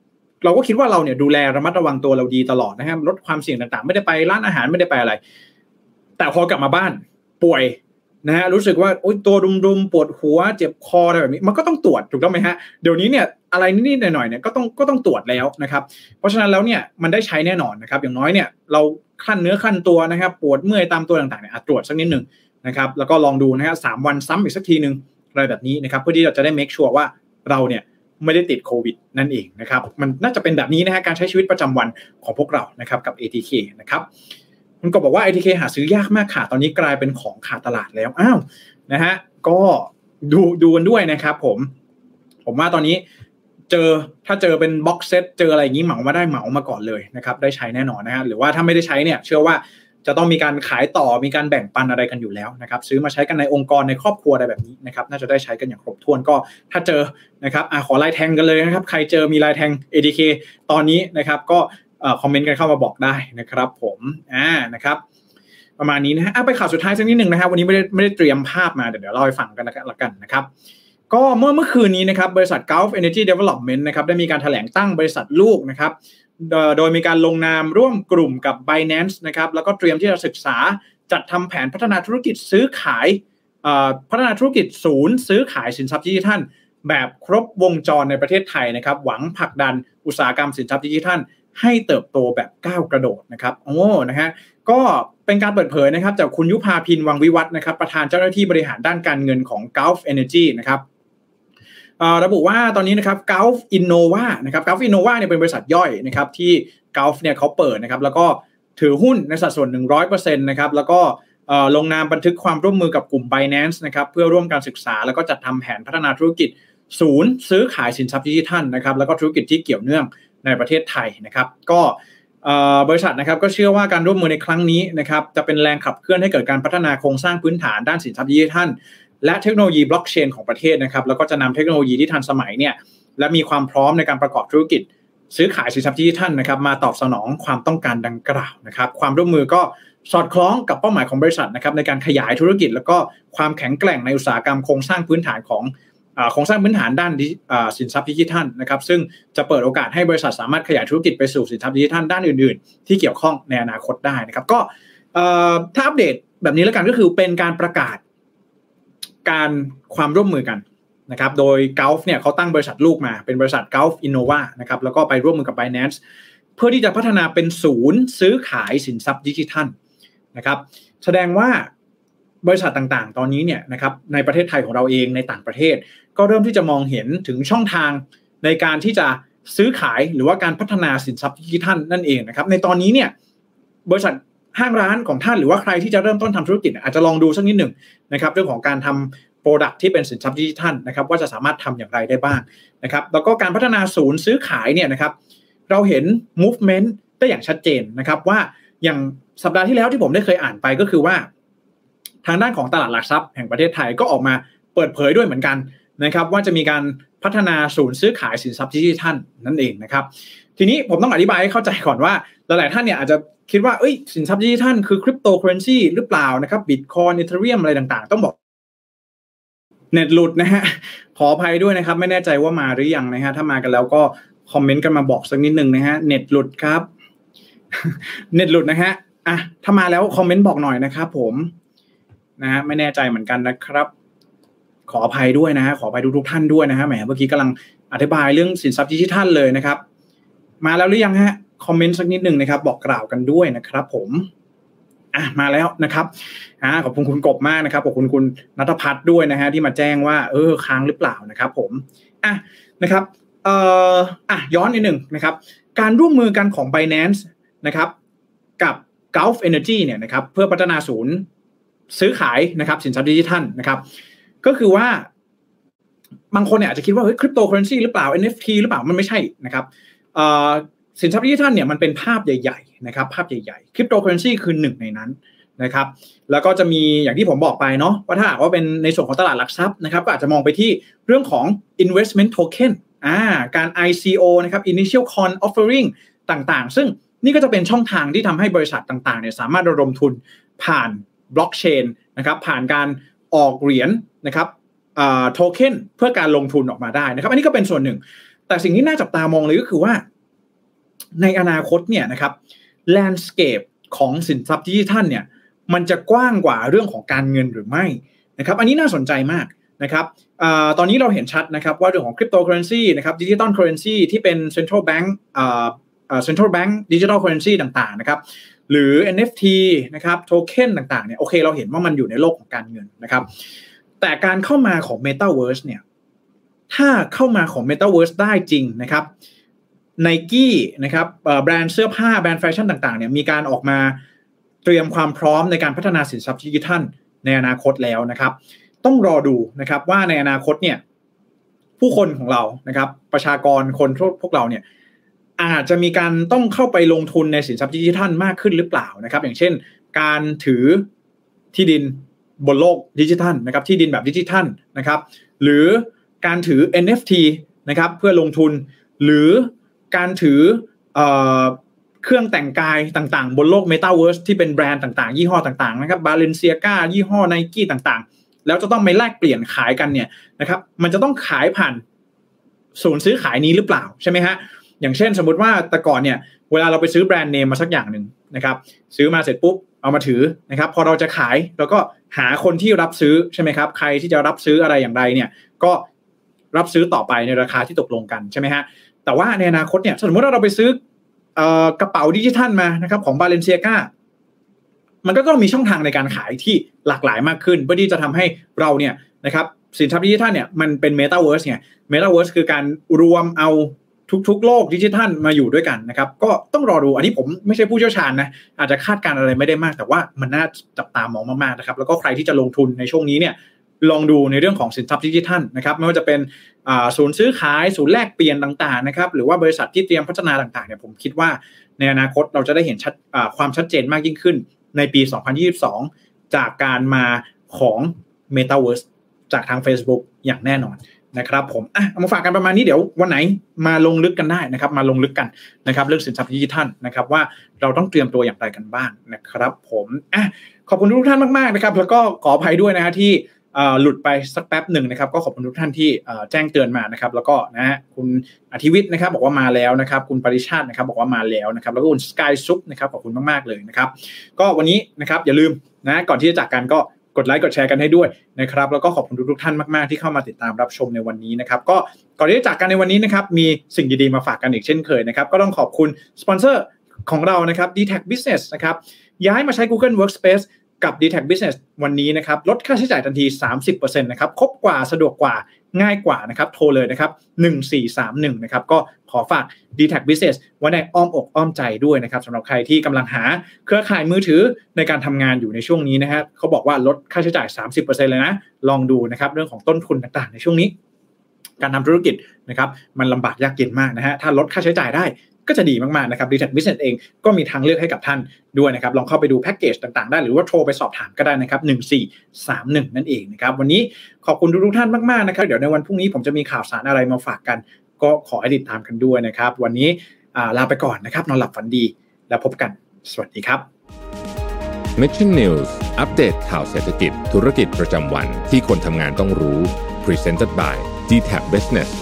เราก็คิดว่าเราเนี่ยดูแลระมัดระวังตัวเราดีตลอดนะครับลดความเสี่ยงต่างๆไม่ได้ไปร้านอาหารไม่ได้ไปอะไรแต่พอกลับมาบ้านป่วยนะฮะรู้สึกว่าโอ๊ยตัวรุมๆปวดหัวเจ็บคออะไรแบบนี้มันก็ต้องตรวจถูกต้องไหมฮะเดี๋ยวนี้เนี่ยอะไรนิดๆหน่อยๆเนี่ยก็ต้องตรวจแล้วนะครับเพราะฉะนั้นแล้วเนี่ยมันได้ใช้แน่นอนนะครับอย่างน้อยเนี่ยเราขั้นเนื้อขั้นตัวนะครับปวดเมื่อยตามตัวต่างๆเนี่ยตรวจสักนิดนึงนะครับแล้วก็ลองดูนะฮะ3 วันซ้ำอีกสักทีนึงอะไรแบบนี้นะครับเพื่อที่เราจะได้ make sure ว่าเราเนี่ยไม่ได้ติดโควิดนั่นเองนะครับมันน่าจะเป็นแบบนี้นะฮะการใช้ชีวิตประจำวันของพวกเรานะครับกับ ATK นะครับคุณก็บอกว่า ATK หาซื้อยากมากค่ะตอนนี้กลายเป็นของขาดตลาดแล้วอ้าวนะฮะก็ดูกันด้วยนะครับผมว่าตอนนี้ถ้าเจอเป็นบ็อกเซตเจออะไรอย่างนี้เหมามาก่อนเลยนะครับได้ใช้แน่นอนนะฮะหรือว่าถ้าไม่ได้ใช้เนี่ยเชื่อว่าจะต้องมีการขายต่อมีการแบ่งปันอะไรกันอยู่แล้วนะครับซื้อมาใช้กันในองค์กรในครอบครัวอะไรแบบนี้นะครับน่าจะได้ใช้กันอย่างครบถ้วนก็ถ้าเจอนะครับขอลายแทงกันเลยนะครับใครเจอมีลายแทง ATK ตอนนี้นะครับก็คอมเมนต์กันเข้ามาบอกได้นะครับผมนะครับประมาณนี้นะฮะไปข่าวสุดท้ายสักนิดนึงนะครับวันนี้ไม่ได้เตรียมภาพมาเดี๋ยวเล่าให้ฟังกันละกันนะครับก็เมื่อคืนนี้นะครับบริษัท Gulf Energy Development นะครับได้มีการแถลงตั้งบริษัทลูกนะครับโดยมีการลงนามร่วมกลุ่มกับ Binance นะครับแล้วก็เตรียมที่จะศึกษาจัดทำแผนพัฒนาธุรกิจซื้อขายพัฒนาธุรกิจศูนย์ซื้อขายสินทรัพย์ดิจิทัลแบบครบวงจรในประเทศไทยนะครับหวังผลักดันอุตสาหกรรมสินทรัพย์ดิจิทัลให้เติบโตแบบก้าวกระโดดนะครับนะฮะก็เป็นการเปิดเผยนะครับจากคุณยุพาพินวังวิวัฒน์นะครับประธานเจ้าหน้าที่บริหารด้านการเงินของ Gulf Energy นะครับระบุว่าตอนนี้นะครับ Gulf Innova นะครับ Gulf Innova เนี่ยเป็นบริษัทย่อยนะครับที่ Gulf เนี่ยเขาเปิดนะครับแล้วก็ถือหุ้นในสัดส่วน 100% นะครับแล้วก็ลงนามบันทึกความร่วมมือกับกลุ่ม Binance นะครับเพื่อร่วมการศึกษาแล้วก็จัดทำแผนพัฒนาธุรกิจศูนย์ซื้อขายสินทรัพย์ดิจิทัลนะครับแล้วก็ธุรกิจที่เกี่ยวเนื่องในประเทศไทยนะครับก็บริษัทนะครับก็เชื่อว่าการร่วมมือในครั้งนี้นะครับจะเป็นแรงขับเคลื่อนให้เกิดการพัฒนาโครงสร้างพื้นฐานด้านสินทรัพย์ดิจิทัลและเทคโนโลยีบล็อกเชนของประเทศนะครับแล้วก็จะนำเทคโนโลยีที่ทันสมัยเนี่ยและมีความพร้อมในการประกอบธุรกิจซื้อขายสินทรัพย์ดิจิทัลนะครับมาตอบสนองความต้องการดังกล่าวนะครับความร่วมมือก็สอดคล้องกับเป้าหมายของบริษัทนะครับในการขยายธุรกิจแล้วก็ความแข็งแกร่งในอุตสาหกรรมโครงสร้างพื้นฐานของโครงสร้างพื้นฐานด้านสินทรัพย์ดิจิทัลนะครับซึ่งจะเปิดโอกาสให้บริษัทสามารถขยายธุรกิจไปสู่สินทรัพย์ดิจิทัลด้านอื่นๆที่เกี่ยวข้องในอนาคตได้นะครับก็ถ้าอัปเดตแบบนี้แล้วกันก็คือเป็นการประกาศการความร่วมมือกันนะครับโดย Gulf เนี่ยเขาตั้งบริษัทลูกมาเป็นบริษัท Gulf Innova นะครับแล้วก็ไปร่วมมือกับ Binance เพื่อที่จะพัฒนาเป็นศูนย์ซื้อขายสินทรัพย์ดิจิทัลนะครับแสดงว่าบริษัทต่างๆตอนนี้เนี่ยนะครับในประเทศไทยของเราเองในต่างประเทศก็เริ่มที่จะมองเห็นถึงช่องทางในการที่จะซื้อขายหรือว่าการพัฒนาสินทรัพย์ดิจิทัลนั่นเองนะครับในตอนนี้เนี่ยบริษัทห้างร้านของท่านหรือว่าใครที่จะเริ่มต้นทำธุรกิจอาจจะลองดูสักนิดหนึ่งนะครับเรื่องของการทำโปรดักต์ที่เป็นสินทรัพย์ดิจิทัลนะครับว่าจะสามารถทำอย่างไรได้บ้างนะครับแล้วก็การพัฒนาศูนย์ซื้อขายเนี่ยนะครับเราเห็น movement ได้อย่างชัดเจนนะครับว่าอย่างสัปดาห์ที่แล้วที่ผมได้เคยอ่านไปก็คือว่าทางด้านของตลาดหลักทรัพย์แห่งประเทศไทยก็ออกมาเปิดเผยด้วยเหมือนกันนะครับว่าจะมีการพัฒนาศูนย์ซื้อขายสินทรัพย์ดิจิทัลนั่นเองนะครับทีนี้ผมต้องอธิบายให้เข้าใจก่อนว่าหลายๆท่านเนี่ยอาจจะคิดว่าสินทรัพย์ดิจิทัลคือคริปโตเคอเรนซีหรือเปล่านะครับบิตคอยน์อีเธเรียมอะไรต่างๆต้องบอกเน็ตหลุดนะฮะขออภัยด้วยนะครับไม่แน่ใจว่ามาหรือยังนะฮะถ้ามากันแล้วก็คอมเมนต์กันมาบอกสักนิดนึงนะฮะเน็ตหลุดครับ เน็ตหลุดนะฮะถ้ามาแล้วคอมเมนต์บอกหน่อยนะครับผมนะฮะไม่แน่ใจเหมือนกันนะครับขออภัยด้วยนะฮะขออภัยทุกท่านด้วยนะฮะแหมเมื่อกี้กำลังอธิบายเรื่องสินทรัพย์ดิจิทัลเลยนะครับมาแล้วหรือยังฮะคอมเมนต์สักนิดนึงนะครับบอกกล่าวกันด้วยนะครับผมมาแล้วนะครับขอบคุณคุณกบมากนะครับขอบคุณคุณณัฐพัฒน์ด้วยนะฮะที่มาแจ้งว่าค้างหรือเปล่านะครับผมนะครับย้อนนิดนึงนะครับการร่วมมือกันของ Binance นะครับกับ Gulf Energy เนี่ยนะครับเพื่อพัฒนาศูนย์ซื้อขายนะครับสินทรัพย์ดิจิทัลนะครับก็คือว่าบางคนเนี่ยอาจจะคิดว่าคริปโตเคอเรนซีหรือเปล่า NFT หรือเปล่ามันไม่ใช่นะครับสินทรัพย์ดิจิทัลเนี่ยมันเป็นภาพใหญ่ๆนะครับภาพใหญ่ๆคริปโตเคอเรนซีคือหนึ่งในนั้นนะครับแล้วก็จะมีอย่างที่ผมบอกไปเนาะว่าถ้าหากว่าเป็นในส่วนของตลาดหลักทรัพย์นะครับก็อาจจะมองไปที่เรื่องของ investment token การ ICO นะครับ initial coin offering ต่างๆซึ่งนี่ก็จะเป็นช่องทางที่ทำให้บริษัทต่างๆเนี่ยสามารถระดมทุนผ่านบล็อกเชนนะครับผ่านการออกเหรียญนะครับโทเค็นเพื่อการลงทุนออกมาได้นะครับอันนี้ก็เป็นส่วนหนึ่งแต่สิ่งที่น่าจับตามองเลยก็คือว่าในอนาคตเนี่ยนะครับแลนด์สเคปของสินทรัพย์ดิจิทัลเนี่ยมันจะกว้างกว่าเรื่องของการเงินหรือไม่นะครับอันนี้น่าสนใจมากนะครับตอนนี้เราเห็นชัดนะครับว่าเรื่องของคริปโตเคอเรนซีนะครับดิจิทัลเคอเรนซีที่เป็นเซ็นทรัลแบงก์central bank digital currency ต่างๆนะครับหรือ NFT นะครับโทเค็นต่างๆเนี่ยโอเคเราเห็นว่ามันอยู่ในโลกของการเงินนะครับแต่การเข้ามาของ Metaverse เนี่ยถ้าเข้ามาของ Metaverse ได้จริงนะครับ Nike นะครับแบรนด์เสื้อผ้าแบรนด์แฟชั่นต่างๆเนี่ยมีการออกมาเตรียมความพร้อมในการพัฒนาสินทรัพย์ดิจิทัลในอนาคตแล้วนะครับต้องรอดูนะครับว่าในอนาคตเนี่ยผู้คนของเรานะครับประชากรคนพวกเราเนี่ยอาจจะมีการต้องเข้าไปลงทุนในสินทรัพย์ดิจิทัลมากขึ้นหรือเปล่านะครับอย่างเช่นการถือที่ดินบนโลกดิจิทัลนะครับที่ดินแบบดิจิทัลนะครับหรือการถือ NFT นะครับเพื่อลงทุนหรือการถือเครื่องแต่งกายต่างๆบนโลก Metaverse ที่เป็นแบรนด์ต่างๆยี่ห้อต่างๆนะครับ Balenciaga ยี่ห้อ Nike ต่างๆแล้วจะต้องไปแลกเปลี่ยนขายกันเนี่ยนะครับมันจะต้องขายผ่านศูนย์ซื้อขายนี้หรือเปล่าใช่ไหมฮะอย่างเช่นสมมุติว่าแต่ก่อนเนี่ยเวลาเราไปซื้อแบรนด์เนมมาสักอย่างหนึ่งนะครับซื้อมาเสร็จปุ๊บเอามาถือนะครับพอเราจะขายเราก็หาคนที่รับซื้อใช่ไหมครับใครที่จะรับซื้ออะไรอย่างไรเนี่ยก็รับซื้อต่อไปในราคาที่ตกลงกันใช่ไหมฮะแต่ว่าในอนาคตเนี่ยสมมติว่าเราไปซื้อกระเป๋าดิจิทัลมานะครับของ Balenciaga มันก็ต้องมีช่องทางในการขายที่หลากหลายมากขึ้นเพื่อที่จะทำให้เราเนี่ยนะครับสินทรัพย์ดิจิทัลเนี่ยมันเป็น Metaverse ไง Metaverse คือการรวมเอาทุกโลกดิจิทัลมาอยู่ด้วยกันนะครับก็ต้องรอดูอันนี้ผมไม่ใช่ผู้เชี่ยวชาญนะอาจจะคาดการณ์อะไรไม่ได้มากแต่ว่ามันน่าจับตามองมากๆนะครับแล้วก็ใครที่จะลงทุนในช่วงนี้เนี่ยลองดูในเรื่องของสินทรัพย์ดิจิทัลนะครับไม่ว่าจะเป็นศูนย์ซื้อขายศูนย์แลกเปลี่ยนต่างๆนะครับหรือว่าบริษัทที่เตรียมพัฒนาต่างๆเนี่ยผมคิดว่าในอนาคตเราจะได้เห็นความชัดเจนมากยิ่งขึ้นในปี 2022 จากการมาของ Metaverse จากทาง Facebook อย่างแน่นอนนะครับผมเอามาฝากกันประมาณนี้เดี๋ยววันไหนมาลงลึกกันได้นะครับมาลงลึกกันนะครับเรื่องสินทรัพย์ดิจิทัลนะครับว่าเราต้องเตรียมตัวอย่างไรกันบ้างนะครับผมขอบคุณทุกท่านมากๆนะครับแล้วก็ขออภัยด้วยนะฮะที่หลุดไปสักแป๊บหนึ่งนะครับก็ขอบคุณทุกท่านที่แจ้งเตือนมานะครับแล้วก็นะฮะคุณอธิวิทย์นะครับบอกว่ามาแล้วนะครับคุณปริชาตินะครับบอกว่ามาแล้วนะครับแล้วก็คุณสกายซุปนะครับขอบคุณมากๆเลยนะครับก็วันนี้นะครับอย่าลืมนะก่อนที่จะจากกันก็กดไลค์กดแชร์กันให้ด้วยนะครับแล้วก็ขอบคุณทุกท่านมากๆที่เข้ามาติดตามรับชมในวันนี้นะครับก็ก่อนที่จะจากกันในวันนี้นะครับมีสิ่งดีๆมาฝากกันอีกเช่นเคยนะครับก็ต้องขอบคุณสปอนเซอร์ของเรานะครับ DTAC Business นะครับย้ายมาใช้ Google Workspace กับ DTAC Business วันนี้นะครับลดค่าใช้จ่ายทันที 30% นะครับครบกว่าสะดวกกว่าง่ายกว่านะครับโทรเลยนะครับ1431นะครับก็ขอฝาก DTAC Business ไว้ในอ้อมอกอ้อมใจด้วยนะครับสำหรับใครที่กำลังหาเครือข่ายมือถือในการทำงานอยู่ในช่วงนี้นะฮะเขาบอกว่าลดค่าใช้จ่าย 30% เลยนะลองดูนะครับเรื่องของต้นทุนต่างๆในช่วงนี้การทำธุรกิจนะครับมันลำบากยากเย็นมากนะฮะถ้าลดค่าใช้จ่ายได้ก็จะดีมากๆนะครับ DTAC Business เองก็มีทางเลือกให้กับท่านด้วยนะครับลองเข้าไปดูแพ็คเกจต่างๆได้หรือว่าโทรไปสอบถามก็ได้นะครับ1431นั่นเองนะครับวันนี้ขอบคุณทุกท่านมากๆนะครับเดี๋ยวในวันพรุ่งนี้ผมจะมีข่าวสารอะไรมาฝากกันก็ขอให้ติดตามกันด้วยนะครับวันนี้ลาไปก่อนนะครับนอนหลับฝันดีแล้วพบกันสวัสดีครับ Mission News อัปเดตข่าวเศรษฐกิจธุรกิจประจำวันที่คนทำงานต้องรู้ Presented by DTAC Business